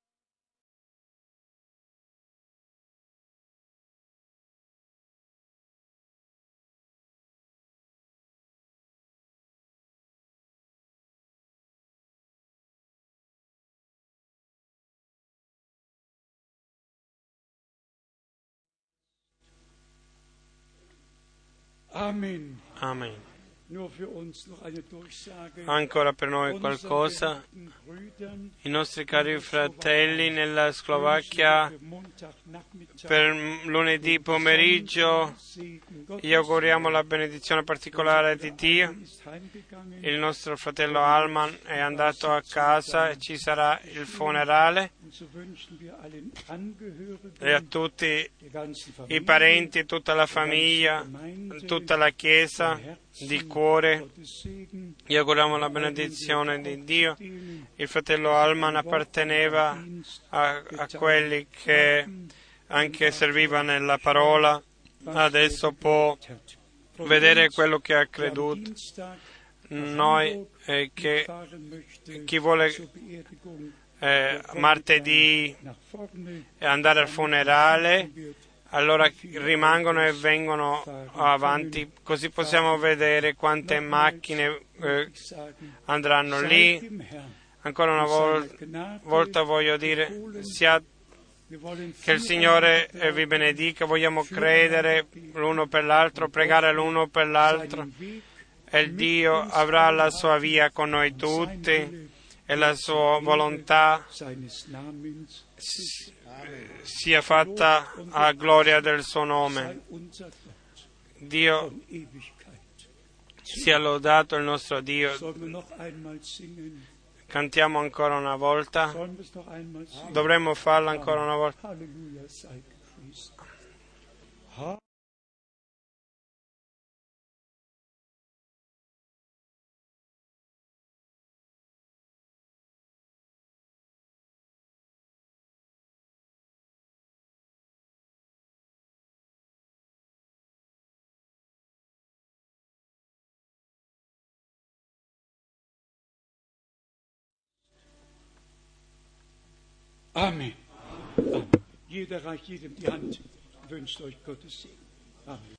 Amen. Amen. Nur für uns noch eine Durchsage. Ancora per noi qualcosa. I nostri cari fratelli nella Slovacchia per lunedì pomeriggio gli auguriamo la benedizione particolare di Dio. Il nostro fratello Alman è andato a casa e ci sarà il funerale. E a tutti i parenti, tutta la famiglia, tutta la Chiesa di cuore gli auguriamo la benedizione di Dio. Il fratello Alman apparteneva a quelli che anche serviva nella parola, adesso può vedere quello che ha creduto. Noi chi vuole martedì andare al funerale allora rimangono e vengono avanti, così possiamo vedere quante macchine andranno lì. Ancora una volta voglio dire, che il Signore vi benedica, vogliamo credere l'uno per l'altro, pregare l'uno per l'altro, e il Dio avrà la sua via con noi tutti e la sua volontà sia fatta a gloria del suo nome. Dio sia lodato il nostro Dio. Cantiamo ancora una volta. Dovremmo farlo ancora una volta. Amen. Jeder reicht jedem die Hand, wünscht euch Gottes Segen. Amen.